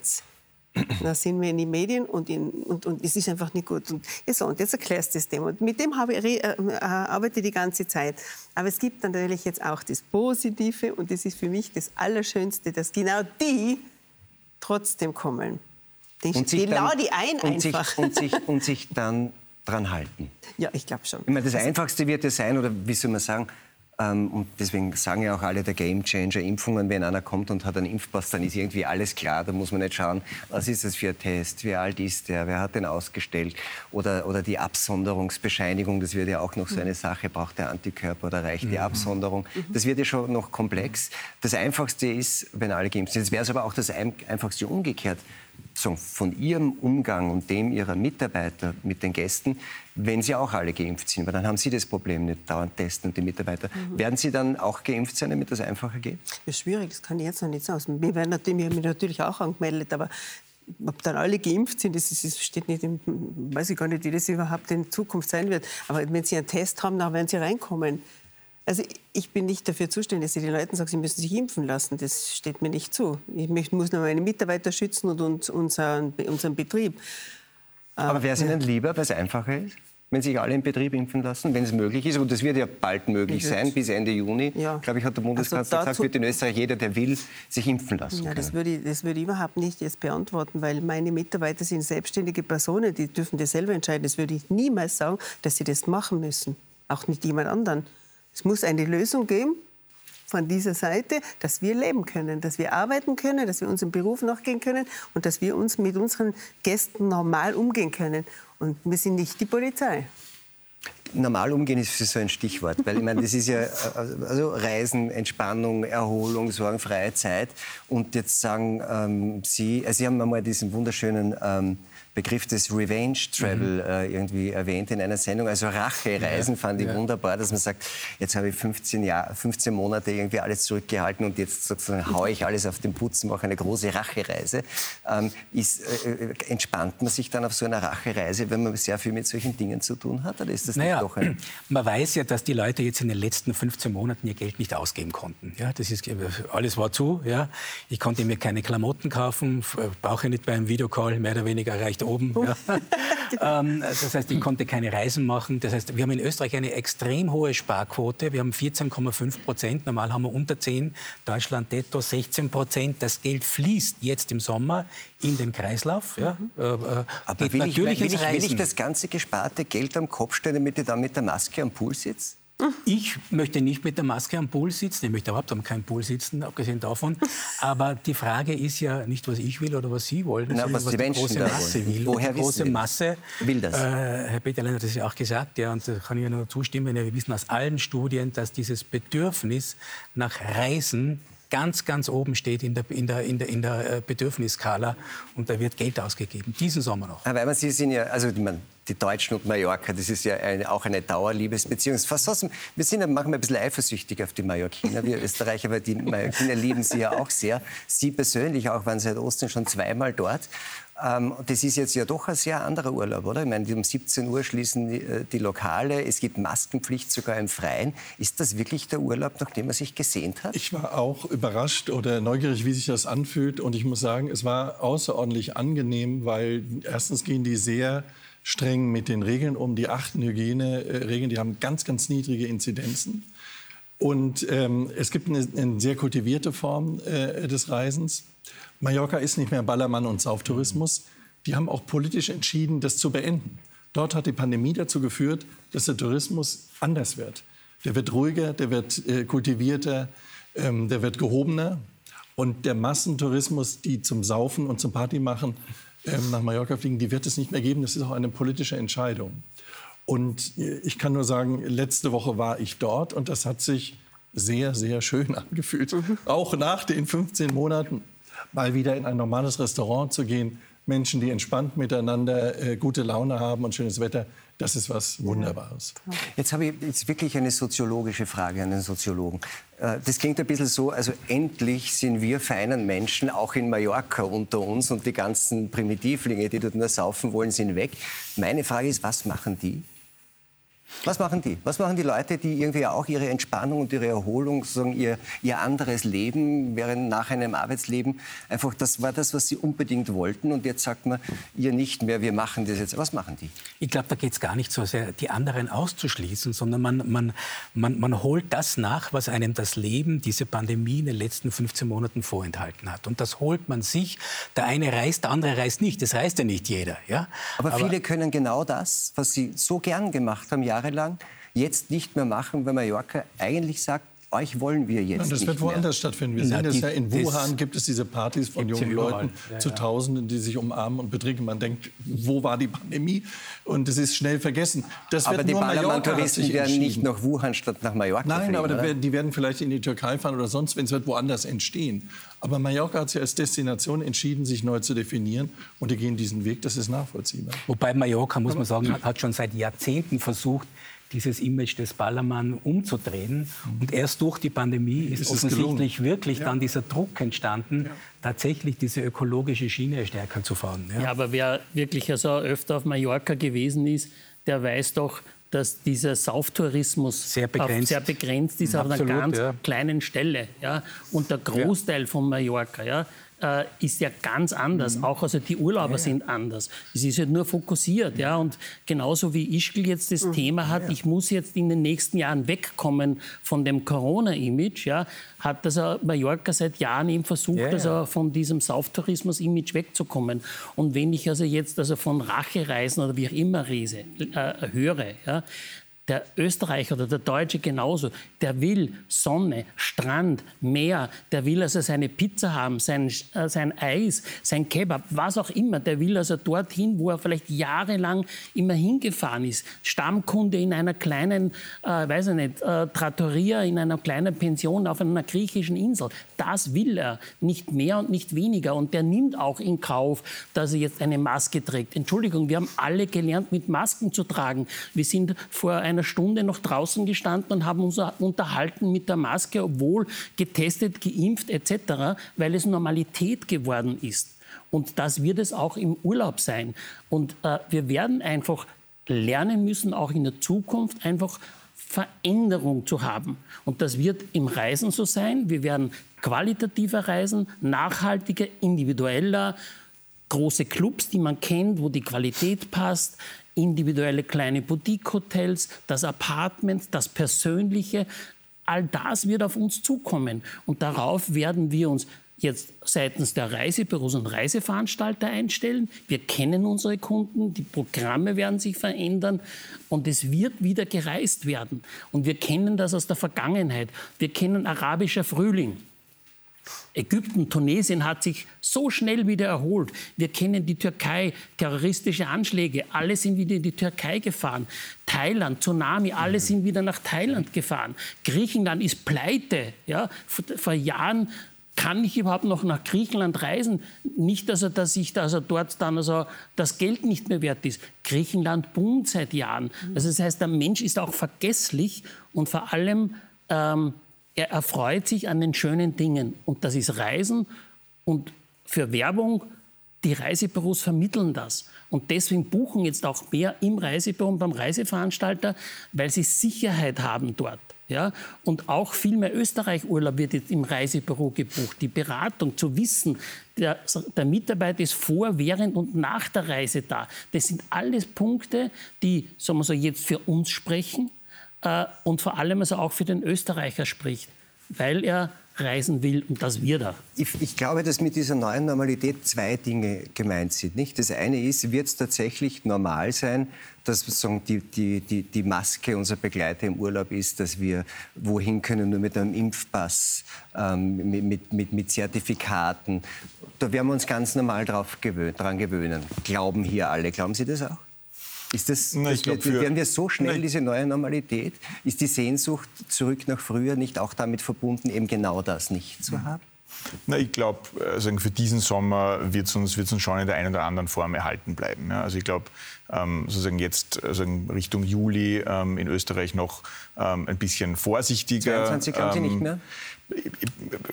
Speaker 2: da sind wir in den Medien und, in, und, und es ist einfach nicht gut. Und, ja, so, und jetzt erklärst du das dem. Und mit dem habe ich, äh, äh, arbeite ich die ganze Zeit. Aber es gibt dann natürlich jetzt auch das Positive und das ist für mich das Allerschönste, dass genau die trotzdem kommen. Die,
Speaker 1: Und
Speaker 2: die
Speaker 1: sich dann-
Speaker 2: lade ich ein
Speaker 1: und sich,
Speaker 2: einfach.
Speaker 1: und, sich, und sich dann dran halten.
Speaker 2: Ja, ich glaube schon.
Speaker 1: Ich meine, das Einfachste wird es sein, oder wie soll man sagen, ähm, und deswegen sagen ja auch alle der Gamechanger, Impfungen, wenn einer kommt und hat einen Impfpass, dann ist irgendwie alles klar, da muss man nicht schauen, was ist das für ein Test, wie alt ist der, wer hat den ausgestellt, oder, oder die Absonderungsbescheinigung, das wird ja auch noch so eine Sache, braucht der Antikörper oder reicht die Absonderung, das wird ja schon noch komplex. Das Einfachste ist, wenn alle geimpft sind, jetzt wäre es aber auch das Einfachste umgekehrt, so von Ihrem Umgang und dem Ihrer Mitarbeiter mit den Gästen, wenn sie auch alle geimpft sind, weil dann haben Sie das Problem nicht dauernd testen und die Mitarbeiter. Mhm. Werden Sie dann auch geimpft sein, damit das einfacher geht?
Speaker 2: Das ist schwierig, das kann ich jetzt noch nicht sagen. Wir werden natürlich, wir haben mich natürlich auch angemeldet, aber ob dann alle geimpft sind, das, ist, das steht nicht im, weiß ich gar nicht, wie das überhaupt in Zukunft sein wird. Aber wenn Sie einen Test haben, dann werden Sie reinkommen. Also ich bin nicht dafür zuständig, dass ich den Leuten sage, sie müssen sich impfen lassen. Das steht mir nicht zu. Ich möchte, muss nur meine Mitarbeiter schützen und uns, unseren, unseren Betrieb.
Speaker 1: Aber wäre es Ihnen lieber, weil es einfacher ist, wenn sich alle im Betrieb impfen lassen, wenn es möglich ist? Und das wird ja bald möglich sein, bis Ende Juni. Ja. Glaube ich, hat der Bundeskanzler also gesagt, wird in Österreich jeder, der will, sich impfen lassen.
Speaker 2: Ja, das würde, ich, das würde ich überhaupt nicht jetzt beantworten, weil meine Mitarbeiter sind selbstständige Personen, die dürfen das selber entscheiden. Das würde ich niemals sagen, dass sie das machen müssen. Auch nicht jemand anderen. Es muss eine Lösung geben von dieser Seite, dass wir leben können, dass wir arbeiten können, dass wir unserem Beruf nachgehen können und dass wir uns mit unseren Gästen normal umgehen können. Und wir sind nicht die Polizei.
Speaker 1: Normal umgehen ist so ein Stichwort, weil ich meine, das ist ja also Reisen, Entspannung, Erholung, sorgenfreie Zeit. Und jetzt sagen ähm, Sie, also Sie haben einmal diesen wunderschönen ähm, Begriff des Revenge Travel mhm. äh, irgendwie erwähnt in einer Sendung. Also Rachereisen ja, fand ich ja. wunderbar, dass man sagt, jetzt habe ich fünfzehn, Jahr, fünfzehn Monate irgendwie alles zurückgehalten und jetzt sozusagen haue ich alles auf den Putz, mache eine große Rachereise. Ähm, ist, äh, entspannt man sich dann auf so einer Rachereise, wenn man sehr viel mit solchen Dingen zu tun hat? Oder ist das
Speaker 7: naja,
Speaker 1: nicht doch ein
Speaker 7: man weiß ja, dass die Leute jetzt in den letzten fünfzehn Monaten ihr Geld nicht ausgeben konnten. Ja, das ist, alles war zu. Ja. Ich konnte mir keine Klamotten kaufen, brauche nicht beim Videocall, mehr oder weniger reicht oben. Ja. ähm, das heißt, ich konnte keine Reisen machen. Das heißt, wir haben in Österreich eine extrem hohe Sparquote. Wir haben vierzehn Komma fünf Prozent. Normal haben wir unter zehn. Deutschland netto sechzehn Prozent. Das Geld fließt jetzt im Sommer in den Kreislauf. Ja.
Speaker 1: Mhm. Äh, Aber will ich, will, ich, will ich das ganze gesparte Geld am Kopf stellen, damit ich dann mit der Maske am Pool sitze?
Speaker 7: Ich möchte nicht mit der Maske am Pool sitzen. Ich möchte überhaupt am keinem Pool sitzen, abgesehen davon. Aber die Frage ist ja nicht, was ich will oder was Sie wollen,
Speaker 1: Na,
Speaker 7: sondern
Speaker 1: was,
Speaker 7: was
Speaker 1: die,
Speaker 7: die
Speaker 1: Menschen
Speaker 7: große
Speaker 1: da
Speaker 7: Masse
Speaker 1: wollen.
Speaker 7: will.
Speaker 1: Woher
Speaker 7: die große Masse
Speaker 1: will das?
Speaker 7: Äh, Herr Peterlein hat das ja auch gesagt, ja, und da kann ich ja nur zustimmen. Wir wissen aus allen Studien, dass dieses Bedürfnis nach Reisen ganz, ganz oben steht in der, in der, in der, in der Bedürfnisskala. Und da wird Geld ausgegeben, diesen Sommer noch.
Speaker 1: Herr Weimann, Sie sind ja, also ich meine, die Deutschen und Mallorca, das ist ja eine, auch eine Dauerliebesbeziehung. Fast so, wir sind ja manchmal ein bisschen eifersüchtig auf die Mallorquiner, wir Österreicher, weil die Mallorquiner lieben Sie ja auch sehr. Sie persönlich auch waren seit Ostern schon zweimal dort. Ähm, das ist jetzt ja doch ein sehr anderer Urlaub, oder? Ich meine, um siebzehn Uhr schließen die, die Lokale, es gibt Maskenpflicht sogar im Freien. Ist das wirklich der Urlaub, nachdem man sich gesehnt hat?
Speaker 6: Ich war auch überrascht oder neugierig, wie sich das anfühlt. Und ich muss sagen, es war außerordentlich angenehm, weil erstens gehen die sehr streng mit den Regeln um. Die achten Hygieneregeln, die haben ganz, ganz niedrige Inzidenzen. Und ähm, es gibt eine, eine sehr kultivierte Form äh, des Reisens. Mallorca ist nicht mehr Ballermann und Sauftourismus. Die haben auch politisch entschieden, das zu beenden. Dort hat die Pandemie dazu geführt, dass der Tourismus anders wird. Der wird ruhiger, der wird äh, kultivierter, ähm, der wird gehobener. Und der Massentourismus, die zum Saufen und zum Party machen, ähm, nach Mallorca fliegen, die wird es nicht mehr geben. Das ist auch eine politische Entscheidung. Und äh, ich kann nur sagen, letzte Woche war ich dort und das hat sich sehr, sehr schön angefühlt. Mhm. Auch nach den fünfzehn Monaten mal wieder in ein normales Restaurant zu gehen. Menschen, die entspannt miteinander äh, gute Laune haben und schönes Wetter, das ist was Wunderbares.
Speaker 1: Jetzt habe ich jetzt wirklich eine soziologische Frage an den Soziologen. Äh, das klingt ein bisschen so, also endlich sind wir feinen Menschen auch in Mallorca unter uns und die ganzen Primitivlinge, die dort nur saufen wollen, sind weg. Meine Frage ist, was machen die? Was machen die? Was machen die Leute, die irgendwie auch ihre Entspannung und ihre Erholung, sozusagen ihr, ihr anderes Leben während nach einem Arbeitsleben, einfach das war das, was sie unbedingt wollten und jetzt sagt man, ihr nicht mehr, wir machen das jetzt. Was machen die?
Speaker 7: Ich glaube, da geht es gar nicht so sehr, die anderen auszuschließen, sondern man, man, man, man holt das nach, was einem das Leben, diese Pandemie in den letzten fünfzehn Monaten vorenthalten hat. Und das holt man sich. Der eine reist, der andere reist nicht. Das reist ja nicht jeder. Ja?
Speaker 1: Aber,
Speaker 7: Aber
Speaker 1: viele können genau das, was sie so gern gemacht haben, jahrelang, jetzt nicht mehr machen, weil Mallorca eigentlich sagt, euch wollen wir jetzt
Speaker 6: Nein, das
Speaker 1: nicht
Speaker 6: wird woanders
Speaker 1: mehr.
Speaker 6: stattfinden. Wir
Speaker 7: Na,
Speaker 6: sehen es
Speaker 7: die,
Speaker 6: ja in Wuhan, gibt es diese Partys von jungen
Speaker 7: ja
Speaker 6: Leuten
Speaker 7: ja,
Speaker 6: zu
Speaker 7: ja.
Speaker 6: Tausenden, die sich umarmen und betrinken. Man denkt, wo war die Pandemie? Und es ist schnell vergessen. Das
Speaker 1: Aber
Speaker 6: wird
Speaker 1: die
Speaker 6: nur
Speaker 1: Ballermann-Touristen werden
Speaker 6: entschieden.
Speaker 1: nicht nach Wuhan statt nach Mallorca
Speaker 6: Nein,
Speaker 1: fliegen,
Speaker 6: aber
Speaker 1: oder?
Speaker 6: werden, die werden vielleicht in die Türkei fahren oder sonst, wenn es wird woanders entstehen. Aber Mallorca hat sich als Destination entschieden, sich neu zu definieren. Und die gehen diesen Weg, das ist nachvollziehbar.
Speaker 7: Wobei Mallorca, muss man sagen, hat schon seit Jahrzehnten versucht, dieses Image des Ballermann umzudrehen. Und erst durch die Pandemie ist, ist offensichtlich wirklich ja. dann dieser Druck entstanden, ja. tatsächlich diese ökologische Schiene stärker zu fahren. Ja,
Speaker 5: ja aber wer wirklich also öfter auf Mallorca gewesen ist, der weiß doch, dass dieser Sauftourismus
Speaker 7: sehr begrenzt,
Speaker 5: sehr begrenzt ist, Absolut, auf einer ganz ja. kleinen Stelle. Ja? Und der Großteil ja. von Mallorca ja, äh, ist ja ganz anders. Mhm. Auch also die Urlauber ja, ja. sind anders. Es ist halt nur fokussiert. Ja? Und genauso wie Ischgl jetzt das mhm. Thema hat, ja. ich muss jetzt in den nächsten Jahren wegkommen von dem Corona-Image, ja, hat also Mallorca seit Jahren eben versucht, ja, ja. also von diesem Sauftourismus-Image wegzukommen. Und wenn ich also jetzt also von Rachereisen oder wie auch immer rese, äh, höre, ja, der Österreicher oder der Deutsche genauso, der will Sonne, Strand, Meer, der will also seine Pizza haben, sein, äh, sein Eis, sein Kebab, was auch immer. Der will also dorthin, wo er vielleicht jahrelang immer hingefahren ist. Stammkunde in einer kleinen, äh, weiß ich nicht, äh, Trattoria, in einer kleinen Pension auf einer griechischen Insel. Das will er, nicht mehr und nicht weniger. Und der nimmt auch in Kauf, dass er jetzt eine Maske trägt. Entschuldigung, wir haben alle gelernt, mit Masken zu tragen. Wir sind vor einer Stunde noch draußen gestanden und haben uns unterhalten mit der Maske, obwohl getestet, geimpft et cetera, weil es Normalität geworden ist. Und das wird es auch im Urlaub sein. Und äh, wir werden einfach lernen müssen, auch in der Zukunft einfach Veränderung zu haben. Und das wird im Reisen so sein. Wir werden qualitativer reisen, nachhaltiger, individueller, große Clubs, die man kennt, wo die Qualität passt, individuelle kleine Boutique-Hotels, das Apartment, das Persönliche. All das wird auf uns zukommen. Und darauf werden wir uns jetzt seitens der Reisebüros und Reiseveranstalter einstellen. Wir kennen unsere Kunden, die Programme werden sich verändern und es wird wieder gereist werden. Und wir kennen das aus der Vergangenheit. Wir kennen arabischer Frühling. Ägypten, Tunesien hat sich so schnell wieder erholt. Wir kennen die Türkei, terroristische Anschläge, alle sind wieder in die Türkei gefahren. Thailand, Tsunami, alle sind wieder nach Thailand gefahren. Griechenland ist pleite. Ja? Vor, vor Jahren kann ich überhaupt noch nach Griechenland reisen? Nicht, also, dass ich also dort dann also das Geld nicht mehr wert ist. Griechenland boomt seit Jahren. Also das heißt, der Mensch ist auch vergesslich und vor allem ähm, er erfreut sich an den schönen Dingen. Und das ist Reisen. Und für Werbung, die Reisebüros vermitteln das. Und deswegen buchen jetzt auch mehr im Reisebüro und beim Reiseveranstalter, weil sie Sicherheit haben dort. Ja? Und auch viel mehr Österreich-Urlaub wird jetzt im Reisebüro gebucht. Die Beratung, zu wissen, der, der Mitarbeiter ist vor, während und nach der Reise da. Das sind alles Punkte, die, sagen wir so, jetzt für uns sprechen. Und vor allem also auch für den Österreicher spricht, weil er reisen will und das wird er.
Speaker 1: Ich, ich glaube, dass mit dieser neuen Normalität zwei Dinge gemeint sind. Nicht? Das eine ist, wird es tatsächlich normal sein, dass sozusagen die, die, die, die Maske unser Begleiter im Urlaub ist, dass wir wohin können nur mit einem Impfpass, ähm, mit, mit, mit, mit Zertifikaten. Da werden wir uns ganz normal drauf gewöhnen, dran gewöhnen. Glauben hier alle. Glauben Sie das auch? Ist das,
Speaker 3: Na,
Speaker 1: das
Speaker 3: glaub,
Speaker 1: wird,
Speaker 3: für,
Speaker 1: werden wir so schnell,
Speaker 3: nein.
Speaker 1: diese neue Normalität? Ist die Sehnsucht zurück nach früher nicht auch damit verbunden, eben genau das nicht zu haben?
Speaker 3: Na, ich glaube, also für diesen Sommer wird es uns, wird's uns schon in der einen oder anderen Form erhalten bleiben. Ja? Also ich glaube, ähm, sozusagen jetzt also Richtung Juli ähm, in Österreich noch ähm, ein bisschen vorsichtiger.
Speaker 1: zweiundzwanzig glauben Sie nicht mehr?
Speaker 3: Ich, ich,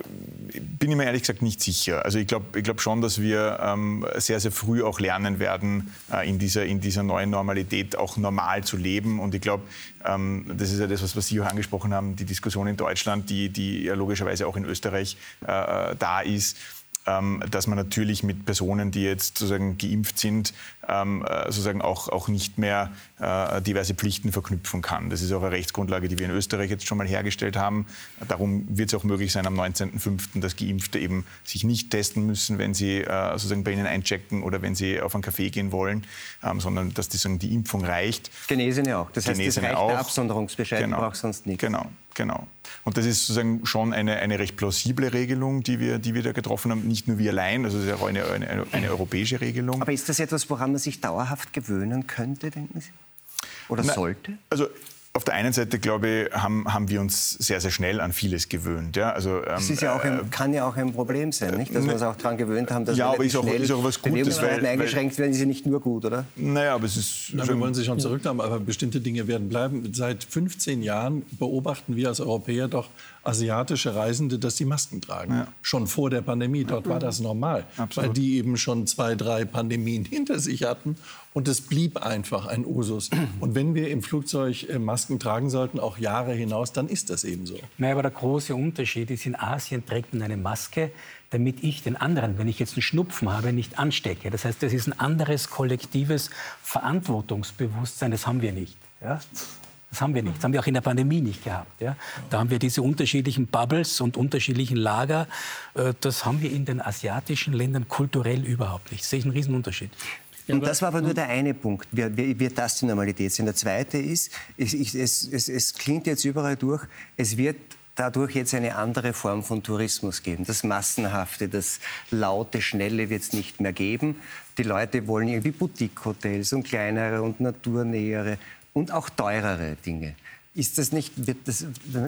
Speaker 3: bin ich mir ehrlich gesagt nicht sicher. Also ich glaube ich glaub schon, dass wir ähm, sehr, sehr früh auch lernen werden, äh, in, dieser, in dieser neuen Normalität auch normal zu leben. Und ich glaube, ähm, das ist ja das, was, was Sie auch angesprochen haben, die Diskussion in Deutschland, die, die ja logischerweise auch in Österreich äh, da ist. Ähm, dass man natürlich mit Personen, die jetzt sozusagen geimpft sind, ähm, sozusagen auch, auch nicht mehr äh, diverse Pflichten verknüpfen kann. Das ist auch eine Rechtsgrundlage, die wir in Österreich jetzt schon mal hergestellt haben. Darum wird es auch möglich sein am neunzehnten fünften, dass Geimpfte eben sich nicht testen müssen, wenn sie äh, sozusagen bei Ihnen einchecken oder wenn sie auf einen Café gehen wollen, ähm, sondern dass die, sagen, die Impfung reicht.
Speaker 1: Genesene auch. Das heißt,
Speaker 3: Genesene
Speaker 1: das reicht
Speaker 3: auch.
Speaker 1: Der Absonderungsbescheid,
Speaker 3: Genau.
Speaker 1: braucht sonst nichts.
Speaker 3: Genau, genau. Und das ist sozusagen schon eine, eine recht plausible Regelung, die wir, die wir da getroffen haben. Nicht nur wir allein, also es ist auch eine, eine, eine europäische Regelung.
Speaker 1: Aber ist das etwas, woran man sich dauerhaft gewöhnen könnte, denken Sie? Oder
Speaker 3: Na,
Speaker 1: sollte?
Speaker 3: Also auf der einen Seite, glaube ich, haben, haben wir uns sehr, sehr schnell an vieles gewöhnt. Ja? Also, ähm,
Speaker 1: Das ist ja auch ein, kann ja auch ein Problem sein, nicht? Dass wir uns auch daran gewöhnt haben, dass
Speaker 3: ja,
Speaker 1: wir
Speaker 3: aber ist auch,
Speaker 1: schnell
Speaker 3: ist auch was Gutes,
Speaker 1: Bewegungsfreiheiten
Speaker 3: weil,
Speaker 1: eingeschränkt werden, ist ja nicht nur gut, oder?
Speaker 3: Naja, aber es ist...
Speaker 6: Na, wir wollen sie schon zurückhaben, aber bestimmte Dinge werden bleiben. Seit fünfzehn Jahren beobachten wir als Europäer doch asiatische Reisende, dass sie Masken tragen. Ja. Schon vor der Pandemie. Dort war das normal,
Speaker 3: Absolut.
Speaker 6: weil die eben schon zwei, drei Pandemien hinter sich hatten. Und es blieb einfach ein Usus. Und wenn wir im Flugzeug Masken tragen sollten, auch Jahre hinaus, dann ist das eben so.
Speaker 7: Nein, aber der große Unterschied ist, in Asien trägt man eine Maske, damit ich den anderen, wenn ich jetzt einen Schnupfen habe, nicht anstecke. Das heißt, das ist ein anderes kollektives Verantwortungsbewusstsein. Das haben wir nicht. Ja? Das haben wir nicht. Das haben wir auch in der Pandemie nicht gehabt. Ja? Da haben wir diese unterschiedlichen Bubbles und unterschiedlichen Lager. Das haben wir in den asiatischen Ländern kulturell überhaupt nicht. Das sehe ich einen Riesenunterschied.
Speaker 1: Und das war aber nur der eine Punkt, wie, wie das die Normalität sind. Der zweite ist, es, es, es, es klingt jetzt überall durch, es wird dadurch jetzt eine andere Form von Tourismus geben. Das Massenhafte, das Laute, Schnelle wird es nicht mehr geben. Die Leute wollen irgendwie Boutique-Hotels und kleinere und naturnähere und auch teurere Dinge. Ist das nicht, wird, das,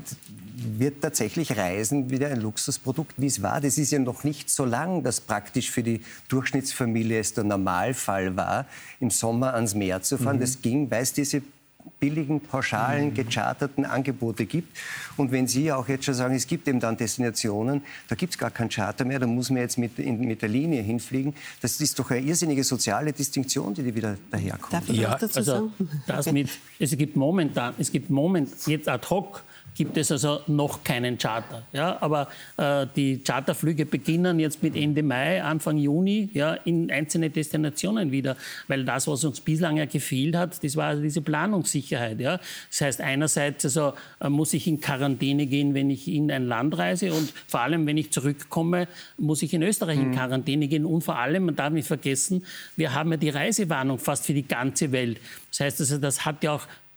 Speaker 1: wird tatsächlich Reisen wieder ein Luxusprodukt, wie es war? Das ist ja noch nicht so lang, dass praktisch für die Durchschnittsfamilie es der Normalfall war, im Sommer ans Meer zu fahren. Mhm. Das ging, weil es diese billigen, pauschalen, gecharterten Angebote gibt. Und wenn Sie auch jetzt schon sagen, es gibt eben dann Destinationen, da gibt es gar keinen Charter mehr, da muss man jetzt mit, in, mit der Linie hinfliegen. Das ist doch eine irrsinnige soziale Distinktion, die wieder daherkommt.
Speaker 2: Darf ich
Speaker 5: Ja,
Speaker 2: auch dazu
Speaker 5: also
Speaker 2: sagen?
Speaker 5: das mit, es gibt momentan, es gibt moment, jetzt ad hoc gibt es also noch keinen Charter. Ja, aber äh, die Charterflüge beginnen jetzt mit Ende Mai, Anfang Juni ja, in einzelne Destinationen wieder. Weil das, was uns bislang ja gefehlt hat, das war also diese Planungssicherheit. Ja. Das heißt, einerseits also, äh, muss ich in Quarantäne gehen, wenn ich in ein Land reise und vor allem, wenn ich zurückkomme, muss ich in Österreich mhm. in Quarantäne gehen. Und vor allem, man darf nicht vergessen, wir haben ja die Reisewarnung fast für die ganze Welt. Das heißt, also, das hat ja auch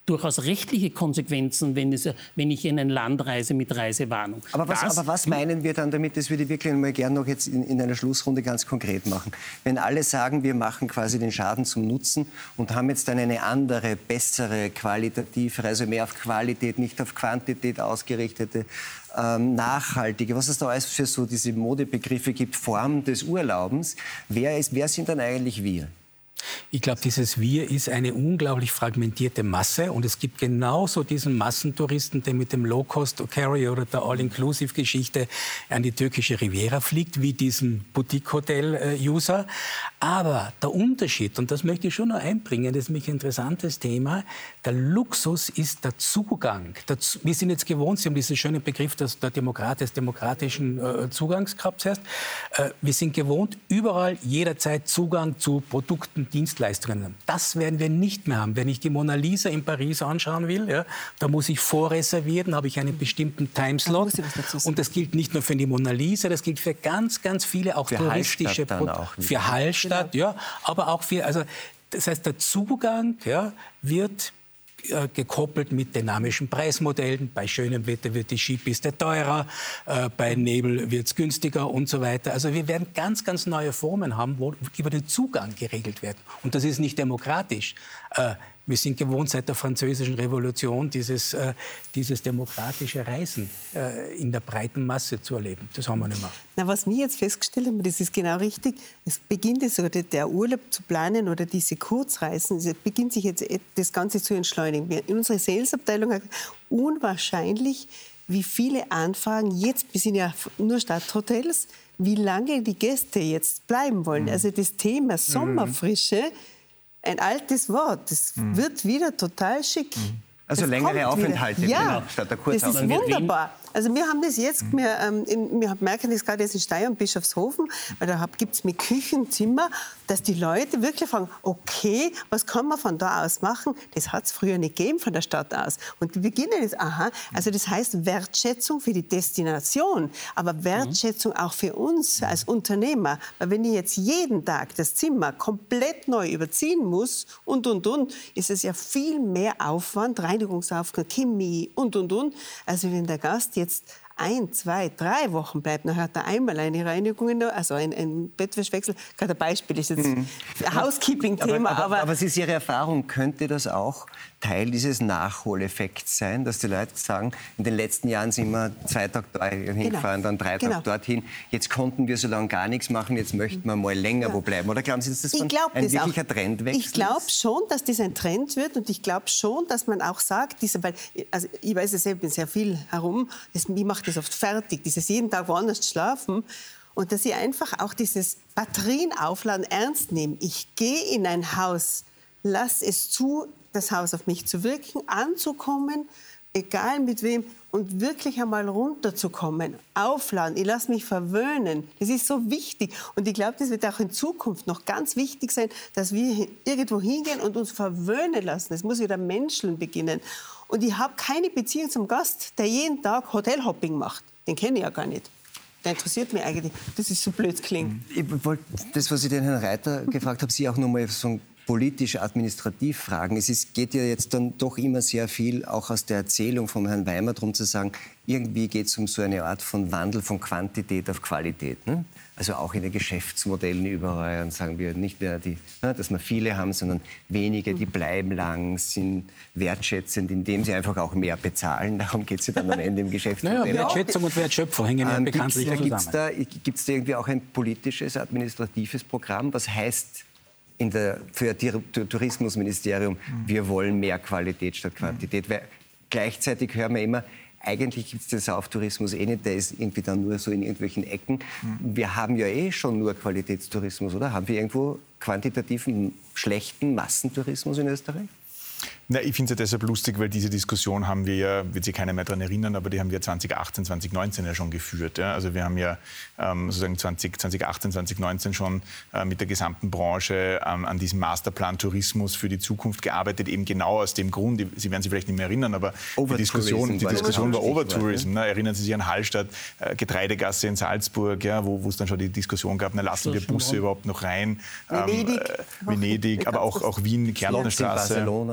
Speaker 5: durchaus rechtliche Konsequenzen, wenn, es, wenn ich in ein Land reise mit Reisewarnung.
Speaker 1: Aber was, aber was meinen wir dann damit? Das würde ich wirklich mal gerne noch jetzt in, in einer Schlussrunde ganz konkret machen. Wenn alle sagen, wir machen quasi den Schaden zum Nutzen und haben jetzt dann eine andere, bessere, qualitativere, also mehr auf Qualität, nicht auf Quantität ausgerichtete, ähm, nachhaltige, was es da alles für so diese Modebegriffe gibt, Form des Urlaubens. Wer, ist, wer sind dann eigentlich wir?
Speaker 7: Ich glaube, dieses Wir ist eine unglaublich fragmentierte Masse und es gibt genauso diesen Massentouristen, der mit dem Low-Cost-Carrier oder der All-Inclusive-Geschichte an die türkische Riviera fliegt, wie diesen Boutique-Hotel-User. Aber der Unterschied, und das möchte ich schon noch einbringen, das ist nämlich ein interessantes Thema, der Luxus ist der Zugang. Der, wir sind jetzt gewohnt, Sie haben diesen schönen Begriff des, der Demokrat, des demokratischen äh, Zugangs gehabt zuerst. Äh, wir sind gewohnt, überall jederzeit Zugang zu Produkten, Dienstleistungen. Das werden wir nicht mehr haben. Wenn ich die Mona Lisa in Paris anschauen will, ja, da muss ich vorreservieren, habe ich einen bestimmten Timeslot. Und das gilt nicht nur für die Mona Lisa, das gilt für ganz, ganz viele auch
Speaker 1: für
Speaker 7: touristische Produkte. Für Hallstatt, genau. Ja, aber auch für, also das heißt, der Zugang, ja, wird äh, gekoppelt mit dynamischen Preismodellen. Bei schönem Wetter wird die Skipiste teurer, äh, bei Nebel wird es günstiger und so weiter. Also wir werden ganz, ganz neue Formen haben, wo über den Zugang geregelt werden. Und das ist nicht demokratisch. Äh, Wir sind gewohnt, seit der Französischen Revolution dieses, äh, dieses demokratische Reisen äh, in der breiten Masse zu erleben. Das haben wir nicht mehr.
Speaker 2: Na, was wir jetzt festgestellt haben, das ist genau richtig, es beginnt jetzt, oder der Urlaub zu planen oder diese Kurzreisen, es beginnt sich jetzt das Ganze zu entschleunigen. Wir, in unserer Salesabteilung hat unwahrscheinlich, wie viele Anfragen jetzt, wir sind ja nur Stadthotels, wie lange die Gäste jetzt bleiben wollen. Mhm. Also das Thema Sommerfrische, ein altes Wort. Das mhm. wird wieder total schick.
Speaker 1: Also
Speaker 2: das
Speaker 1: längere Aufenthalte
Speaker 2: ja,
Speaker 1: statt der Kurzaufenthalte.
Speaker 2: Das ist wunderbar. Also wir haben das jetzt, mhm. wir, ähm, in, wir merken das gerade jetzt in Steyr und Bischofshofen, weil da gibt es mit Küchenzimmer, dass die Leute wirklich fragen, okay, was kann man von da aus machen? Das hat es früher nicht gegeben von der Stadt aus. Und die beginnen jetzt, aha, also das heißt Wertschätzung für die Destination, aber Wertschätzung mhm. auch für uns als Unternehmer. Weil wenn ich jetzt jeden Tag das Zimmer komplett neu überziehen muss und, und, und, ist es ja viel mehr Aufwand, Reinigungsaufwand, Chemie und, und, und. Also wenn der Gast jetzt ein, zwei, drei Wochen bleibt, dann hat er einmal eine Reinigung, also ein, ein Bettwäschewechsel. Gerade ein Beispiel ist jetzt mhm. ein Housekeeping-Thema.
Speaker 1: Aber, aber,
Speaker 2: aber,
Speaker 1: aber es ist Ihre Erfahrung, könnte das auch Teil dieses Nachholeffekts sein, dass die Leute sagen, in den letzten Jahren sind wir zwei Tage da hingefahren, genau. dann drei Tage genau. dorthin. Jetzt konnten wir so lange gar nichts machen, jetzt möchten wir mal länger ja. wo bleiben. Oder glauben Sie, dass das ein das wirklicher auch. Trendwechsel ist?
Speaker 2: Ich glaube schon, dass das ein Trend wird und ich glaube schon, dass man auch sagt, diese, weil, also ich weiß es selbst, ich bin sehr viel herum, das, mich macht das oft fertig, dieses jeden Tag woanders schlafen. Und dass ich einfach auch dieses Batterienaufladen ernst nehme. Ich gehe in ein Haus, lass es zu, das Haus auf mich zu wirken, anzukommen, egal mit wem, und wirklich einmal runterzukommen, aufladen. Ich lasse mich verwöhnen. Das ist so wichtig. Und ich glaube, das wird auch in Zukunft noch ganz wichtig sein, dass wir irgendwo hingehen und uns verwöhnen lassen. Es muss wieder menscheln beginnen. Und ich habe keine Beziehung zum Gast, der jeden Tag Hotelhopping macht. Den kenne ich ja gar nicht. Der interessiert mich eigentlich. Das ist so blöd klingt.
Speaker 1: Ich wollte das, was ich den Herrn Reiter gefragt habe, Sie auch noch mal so politisch-administrativ fragen. Es ist, geht ja jetzt dann doch immer sehr viel, auch aus der Erzählung von Herrn Weimer, darum zu sagen, irgendwie geht es um so eine Art von Wandel von Quantität auf Qualität. Ne? Also auch in den Geschäftsmodellen überall. Und sagen wir nicht mehr, die, ne, dass wir viele haben, sondern wenige, die bleiben lang, sind wertschätzend, indem sie einfach auch mehr bezahlen. Darum geht es ja dann am Ende im Geschäftsmodell.
Speaker 7: Naja, Wertschätzung und Wertschöpfung hängen ja ähm, bekanntlich zusammen.
Speaker 1: Gibt es da, gibt's da irgendwie auch ein politisches, administratives Programm? Was heißt in der, für das Tourismusministerium, mhm. wir wollen mehr Qualität statt Quantität? Mhm. Weil gleichzeitig hören wir immer, eigentlich gibt es den Sauftourismus eh nicht, der ist irgendwie dann nur so in irgendwelchen Ecken. Mhm. Wir haben ja eh schon nur Qualitätstourismus, oder? Haben wir irgendwo quantitativen, schlechten Massentourismus in Österreich?
Speaker 3: Na, ich finde es ja deshalb lustig, weil diese Diskussion haben wir ja, wird sich keiner mehr daran erinnern, aber die haben wir zwanzig achtzehn, zwanzig neunzehn ja schon geführt. Ja? Also wir haben ja ähm, sozusagen zwanzig, zwanzig achtzehn, zwanzig neunzehn schon äh, mit der gesamten Branche ähm, an diesem Masterplan Tourismus für die Zukunft gearbeitet, eben genau aus dem Grund, Sie werden sich vielleicht nicht mehr erinnern, aber die Diskussion, die Diskussion war Overtourism. Ne? Erinnern Sie sich an Hallstatt, äh, Getreidegasse in Salzburg, ja, wo es dann schon die Diskussion gab, na, lassen wir Busse schon überhaupt noch rein?
Speaker 2: Venedig.
Speaker 3: Ähm, äh, Venedig, aber auch, auch Wien, Kärntnerstraße.
Speaker 1: Barcelona.
Speaker 2: Mhm.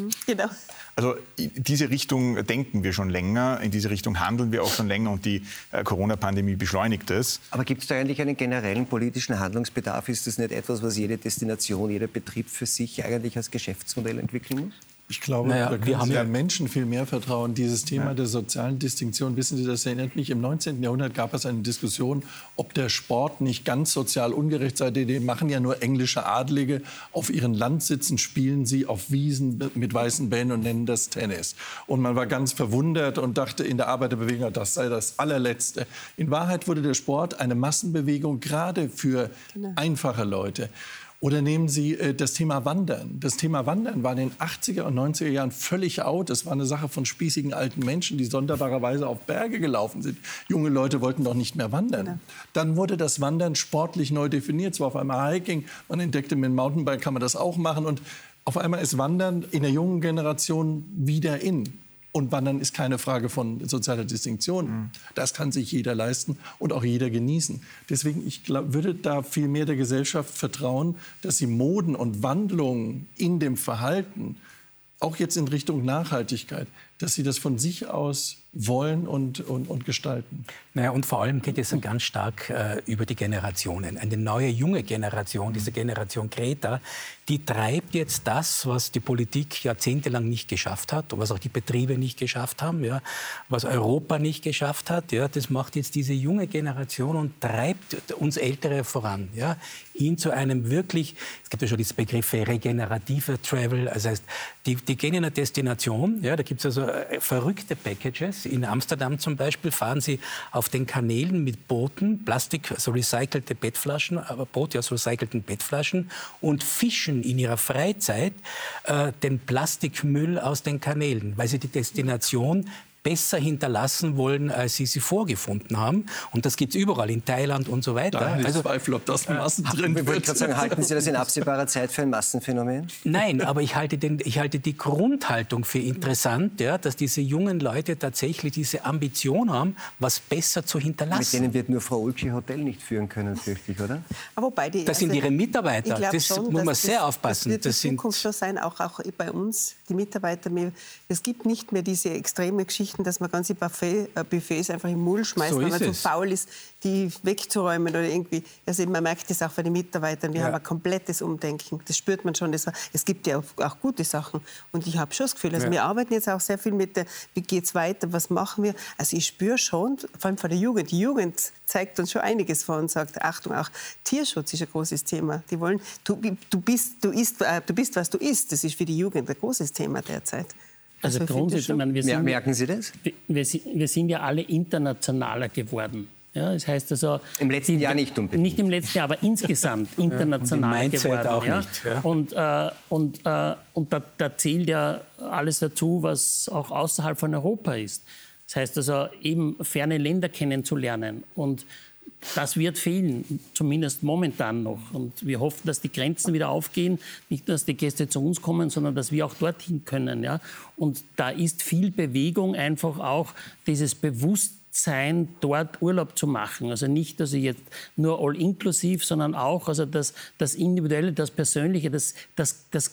Speaker 2: Genau.
Speaker 3: Also in diese Richtung denken wir schon länger, in diese Richtung handeln wir auch schon länger und die äh, Corona-Pandemie beschleunigt es.
Speaker 1: Aber gibt es da eigentlich einen generellen politischen Handlungsbedarf? Ist das nicht etwas, was jede Destination, jeder Betrieb für sich eigentlich als Geschäftsmodell entwickeln muss?
Speaker 6: Ich glaube,
Speaker 7: naja,
Speaker 6: da können
Speaker 7: wir haben
Speaker 6: Sie
Speaker 7: ja
Speaker 6: den Menschen viel mehr vertrauen. Dieses Thema
Speaker 3: ja.
Speaker 6: der sozialen Distinktion, wissen Sie, das erinnert mich, im neunzehnten Jahrhundert gab es eine Diskussion, ob der Sport nicht ganz sozial ungerecht sei. Die machen ja nur englische Adlige. Auf ihren Landsitzen spielen sie auf Wiesen mit weißen Bällen und nennen das Tennis. Und man war ganz verwundert und dachte in der Arbeiterbewegung, das sei das allerletzte. In Wahrheit wurde der Sport eine Massenbewegung, gerade für genau. einfache Leute. Oder nehmen Sie äh, das Thema Wandern. Das Thema Wandern war in den achtziger und neunziger Jahren völlig out. Es war eine Sache von spießigen alten Menschen, die sonderbarerweise auf Berge gelaufen sind. Junge Leute wollten doch nicht mehr wandern. Ja. Dann wurde das Wandern sportlich neu definiert. Es war auf einmal Hiking. Man entdeckte, mit dem Mountainbike kann man das auch machen. Und auf einmal ist Wandern in der jungen Generation wieder in. Und Wandern ist keine Frage von sozialer Distinktion. Mhm. Das kann sich jeder leisten und auch jeder genießen. Deswegen, ich glaub, würde da viel mehr der Gesellschaft vertrauen, dass sie Moden und Wandlungen in dem Verhalten, auch jetzt in Richtung Nachhaltigkeit, dass sie das von sich aus wollen und, und, und gestalten.
Speaker 7: Naja, und vor allem geht es ganz stark äh, über die Generationen. Eine neue, junge Generation, diese Generation Greta, die treibt jetzt das, was die Politik jahrzehntelang nicht geschafft hat und was auch die Betriebe nicht geschafft haben, ja, was Europa nicht geschafft hat. Ja, das macht jetzt diese junge Generation und treibt uns Ältere voran, ja, hin zu einem wirklich, es gibt ja schon diese Begriffe regenerativer Travel, das heißt, die, die gehen in eine Destination, ja, da gibt es also äh, verrückte Packages. In Amsterdam zum Beispiel fahren sie auf den Kanälen mit Booten, Plastik, also recycelte Bettflaschen, aber Boote aus recycelten Bettflaschen und fischen in ihrer Freizeit äh, den Plastikmüll aus den Kanälen, weil sie die Destination besser hinterlassen wollen, als sie sie vorgefunden haben. Und das gibt es überall, in Thailand und so weiter.
Speaker 6: Da also, ich Zweifel, ob das Massen äh, drin
Speaker 1: wird. Ich wollte gerade sagen, halten Sie das in absehbarer Zeit für ein Massenphänomen?
Speaker 7: Nein, aber ich halte, den, ich halte die Grundhaltung für interessant, ja, dass diese jungen Leute tatsächlich diese Ambition haben, was besser zu hinterlassen.
Speaker 1: Mit denen wird nur Frau Ulci Hotel nicht führen können, fürchte ich, oder?
Speaker 2: Aber wobei die,
Speaker 7: das sind
Speaker 2: also,
Speaker 7: ihre Mitarbeiter. Das
Speaker 2: schon,
Speaker 7: muss man sehr
Speaker 2: das,
Speaker 7: aufpassen.
Speaker 2: Das wird das in Zukunft schon sein, auch, auch bei uns, die Mitarbeiter. Es gibt nicht mehr diese extreme Geschichten, dass man ganze Buffet, äh, Buffets einfach im Müll schmeißt,
Speaker 7: so
Speaker 2: weil man zu
Speaker 7: es.
Speaker 2: faul ist, die wegzuräumen oder irgendwie. Also man merkt das auch bei den Mitarbeitern. Wir ja. haben ein komplettes Umdenken. Das spürt man schon. Das war, es gibt ja auch, auch gute Sachen. Und ich habe schon das Gefühl, also ja. wir arbeiten jetzt auch sehr viel mit der, wie geht es weiter, was machen wir. Also ich spüre schon, vor allem von der Jugend, die Jugend zeigt uns schon einiges vor und sagt, Achtung, auch Tierschutz ist ein großes Thema. Die wollen, du, du, bist, du, isst, äh, du bist, was du isst. Das ist für die Jugend ein großes Thema derzeit.
Speaker 5: Also, also grundsätzlich, meine, wir sind,
Speaker 1: merken Sie das?
Speaker 5: Wir, wir, sind, wir sind ja alle internationaler geworden. Ja, das heißt also,
Speaker 1: im letzten
Speaker 5: die,
Speaker 1: Jahr nicht unbedingt.
Speaker 5: Nicht im letzten Jahr, aber insgesamt internationaler
Speaker 7: ja,
Speaker 5: geworden.
Speaker 7: Auch
Speaker 5: ja.
Speaker 7: nicht, ja.
Speaker 5: Und, äh, und, äh, und da, da zählt ja alles dazu, was auch außerhalb von Europa ist. Das heißt also, eben ferne Länder kennenzulernen. Und das wird fehlen, zumindest momentan noch. Und wir hoffen, dass die Grenzen wieder aufgehen. Nicht nur, dass die Gäste zu uns kommen, sondern dass wir auch dorthin können. Ja? Und da ist viel Bewegung, einfach auch dieses Bewusstsein, dort Urlaub zu machen. Also nicht, dass ich jetzt nur all-inklusiv, sondern auch also das, das Individuelle, das Persönliche, das, das, das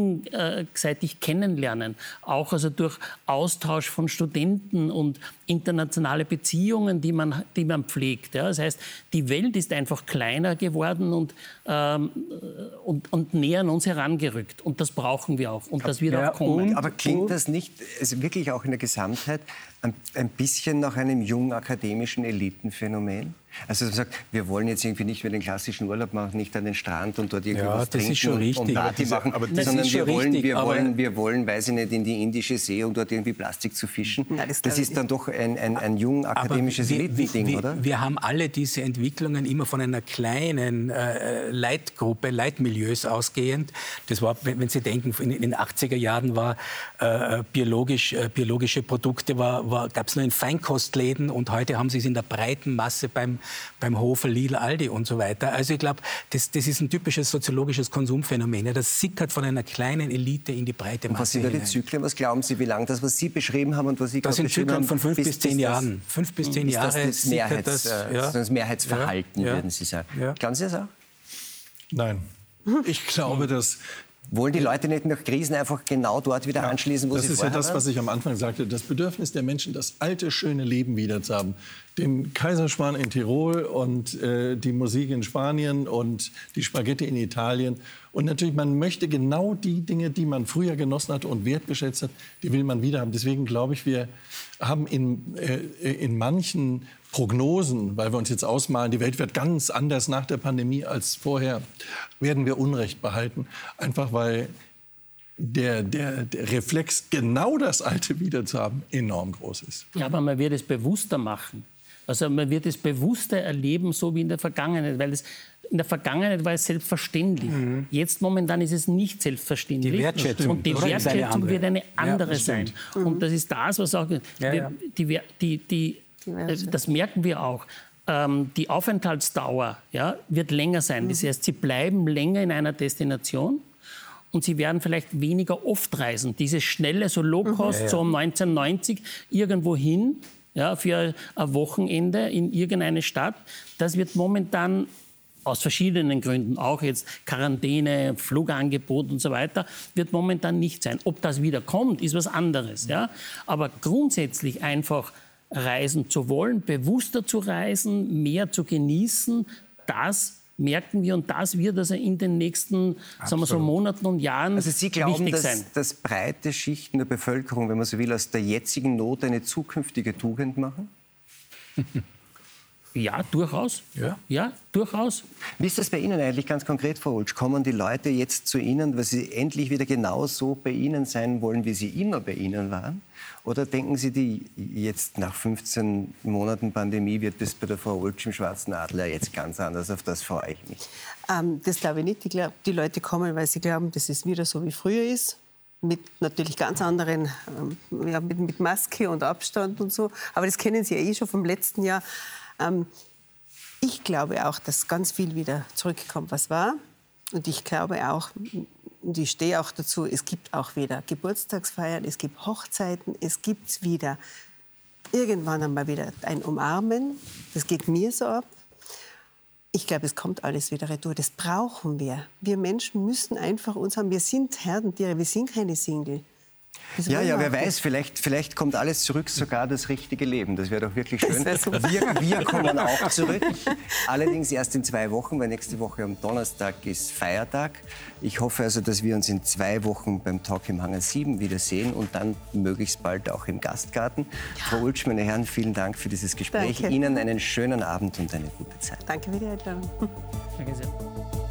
Speaker 5: gegenseitig kennenlernen, auch also durch Austausch von Studenten und internationale Beziehungen, die man, die man pflegt. Ja. Das heißt, die Welt ist einfach kleiner geworden und, ähm, und, und näher an uns herangerückt. Und das brauchen wir auch. Und das wird
Speaker 1: ja,
Speaker 5: auch kommen.
Speaker 1: Aber klingt das nicht also wirklich auch in der Gesamtheit ein, ein bisschen nach einem jungen akademischen Elitenphänomen? Also man sagt, wir wollen jetzt irgendwie nicht mehr den klassischen Urlaub machen, nicht an den Strand und dort irgendwie
Speaker 7: ja,
Speaker 1: was
Speaker 7: das
Speaker 1: trinken
Speaker 7: ist schon
Speaker 1: und,
Speaker 7: richtig.
Speaker 1: und Party
Speaker 7: diese,
Speaker 1: machen, sondern wir wollen, wir, wollen, wir wollen, weiß ich nicht, in die Indische See, um dort irgendwie Plastik zu fischen. Nein, das das ist dann doch ein, ein, ein jung akademisches Elitending, oder?
Speaker 7: Wir haben alle diese Entwicklungen immer von einer kleinen äh, Leitgruppe, Leitmilieus ausgehend. Das war, wenn, wenn Sie denken, in, in den achtziger Jahren war äh, biologisch, äh, biologische Produkte, war, war, gab es nur in Feinkostläden und heute haben Sie es in der breiten Masse beim beim Hofer, Lidl, Aldi und so weiter. Also ich glaube, das, das ist ein typisches soziologisches Konsumphänomen. Ja, das sickert von einer kleinen Elite in die breite Masse.
Speaker 1: Und was sind da die Zyklen? Was glauben Sie, wie lange das, was Sie beschrieben haben und was Sie
Speaker 7: das sind Zyklen von fünf bis, bis zehn Jahren. Fünf bis zehn Jahre
Speaker 1: das, das, Mehrheits,
Speaker 7: das,
Speaker 1: äh,
Speaker 7: ja.
Speaker 1: das Mehrheitsverhalten,
Speaker 7: ja.
Speaker 1: würden Sie sagen.
Speaker 7: Ja.
Speaker 1: Glauben Sie das auch?
Speaker 6: Nein. Ich glaube, dass
Speaker 1: Wollen die Leute nicht nach Krisen einfach genau dort wieder ja, anschließen, wo sie vorher waren?
Speaker 6: Das ist ja das, was ich am Anfang sagte. Das Bedürfnis der Menschen, das alte, schöne Leben wieder zu haben. Den Kaiserschmarrn in Tirol und äh, die Musik in Spanien und die Spaghetti in Italien. Und natürlich, man möchte genau die Dinge, die man früher genossen hat und wertgeschätzt hat, die will man wieder haben. Deswegen glaube ich, wir haben in, äh, in manchen Prognosen, weil wir uns jetzt ausmalen, die Welt wird ganz anders nach der Pandemie als vorher, werden wir Unrecht behalten. Einfach weil der, der, der Reflex, genau das Alte wieder zu haben, enorm groß ist.
Speaker 5: Ja, aber man wird es bewusster machen. Also man wird es bewusster erleben, so wie in der Vergangenheit. Weil es, in der Vergangenheit war es selbstverständlich. Mhm. Jetzt momentan ist es nicht selbstverständlich.
Speaker 7: Die Wertschätzung.
Speaker 5: Und die
Speaker 7: Oder
Speaker 5: Wertschätzung wird eine andere
Speaker 7: ja,
Speaker 5: sein. Mhm. Und das ist das, was auch...
Speaker 7: Ja, ja.
Speaker 5: Die, die, die, die, das merken wir auch. Ähm, die Aufenthaltsdauer ja, wird länger sein. Mhm. Das heißt, sie bleiben länger in einer Destination. Und sie werden vielleicht weniger oft reisen. Dieses schnelle, so Low-Cost, mhm. so um neunzehnhundertneunzig, irgendwo hin, ja, für ein Wochenende in irgendeine Stadt, das wird momentan aus verschiedenen Gründen, auch jetzt Quarantäne, Flugangebot und so weiter, wird momentan nicht sein. Ob das wieder kommt, ist was anderes. Ja? Aber grundsätzlich einfach reisen zu wollen, bewusster zu reisen, mehr zu genießen, das merken wir und das wird also in den nächsten sagen wir so, Monaten und Jahren
Speaker 1: also Sie glauben,
Speaker 5: wichtig
Speaker 1: dass,
Speaker 5: sein.
Speaker 1: dass breite Schichten der Bevölkerung, wenn man so will, aus der jetzigen Not eine zukünftige Tugend machen?
Speaker 5: Ja, durchaus.
Speaker 7: Ja.
Speaker 5: ja, durchaus.
Speaker 1: Wie ist das bei Ihnen eigentlich ganz konkret, Frau Ulsch? Kommen die Leute jetzt zu Ihnen, weil sie endlich wieder genau so bei Ihnen sein wollen, wie sie immer bei Ihnen waren? Oder denken Sie, die jetzt nach fünfzehn Monaten Pandemie wird das bei der Frau Ulsch im Schwarzen Adler jetzt ganz anders? Auf das freue ich mich.
Speaker 2: Ähm, das glaube ich nicht. Ich glaube, die Leute kommen, weil sie glauben, dass es wieder so wie früher ist. Mit natürlich ganz anderen, ähm, ja, mit, mit Maske und Abstand und so. Aber das kennen Sie ja eh schon vom letzten Jahr. Ähm, ich glaube auch, dass ganz viel wieder zurückkommt, was war. Und ich glaube auch, und ich stehe auch dazu, es gibt auch wieder Geburtstagsfeiern, es gibt Hochzeiten, es gibt wieder irgendwann einmal wieder ein Umarmen. Das geht mir so ab. Ich glaube, es kommt alles wieder retour. Das brauchen wir. Wir Menschen müssen einfach uns haben. Wir sind Herdentiere, wir sind keine Single.
Speaker 1: Ja, ja, wer weiß, vielleicht, vielleicht kommt alles zurück, sogar das richtige Leben. Das wäre doch wirklich schön. Wir, wir kommen auch zurück. Allerdings erst in zwei Wochen, weil nächste Woche am Donnerstag ist Feiertag. Ich hoffe also, dass wir uns in zwei Wochen beim Talk im Hangar sieben wiedersehen und dann möglichst bald auch im Gastgarten. Ja. Frau Ulsch, meine Herren, vielen Dank für dieses Gespräch.
Speaker 2: Danke.
Speaker 1: Ihnen einen schönen Abend und eine gute Zeit.
Speaker 2: Danke für die Einladung.
Speaker 5: Danke sehr.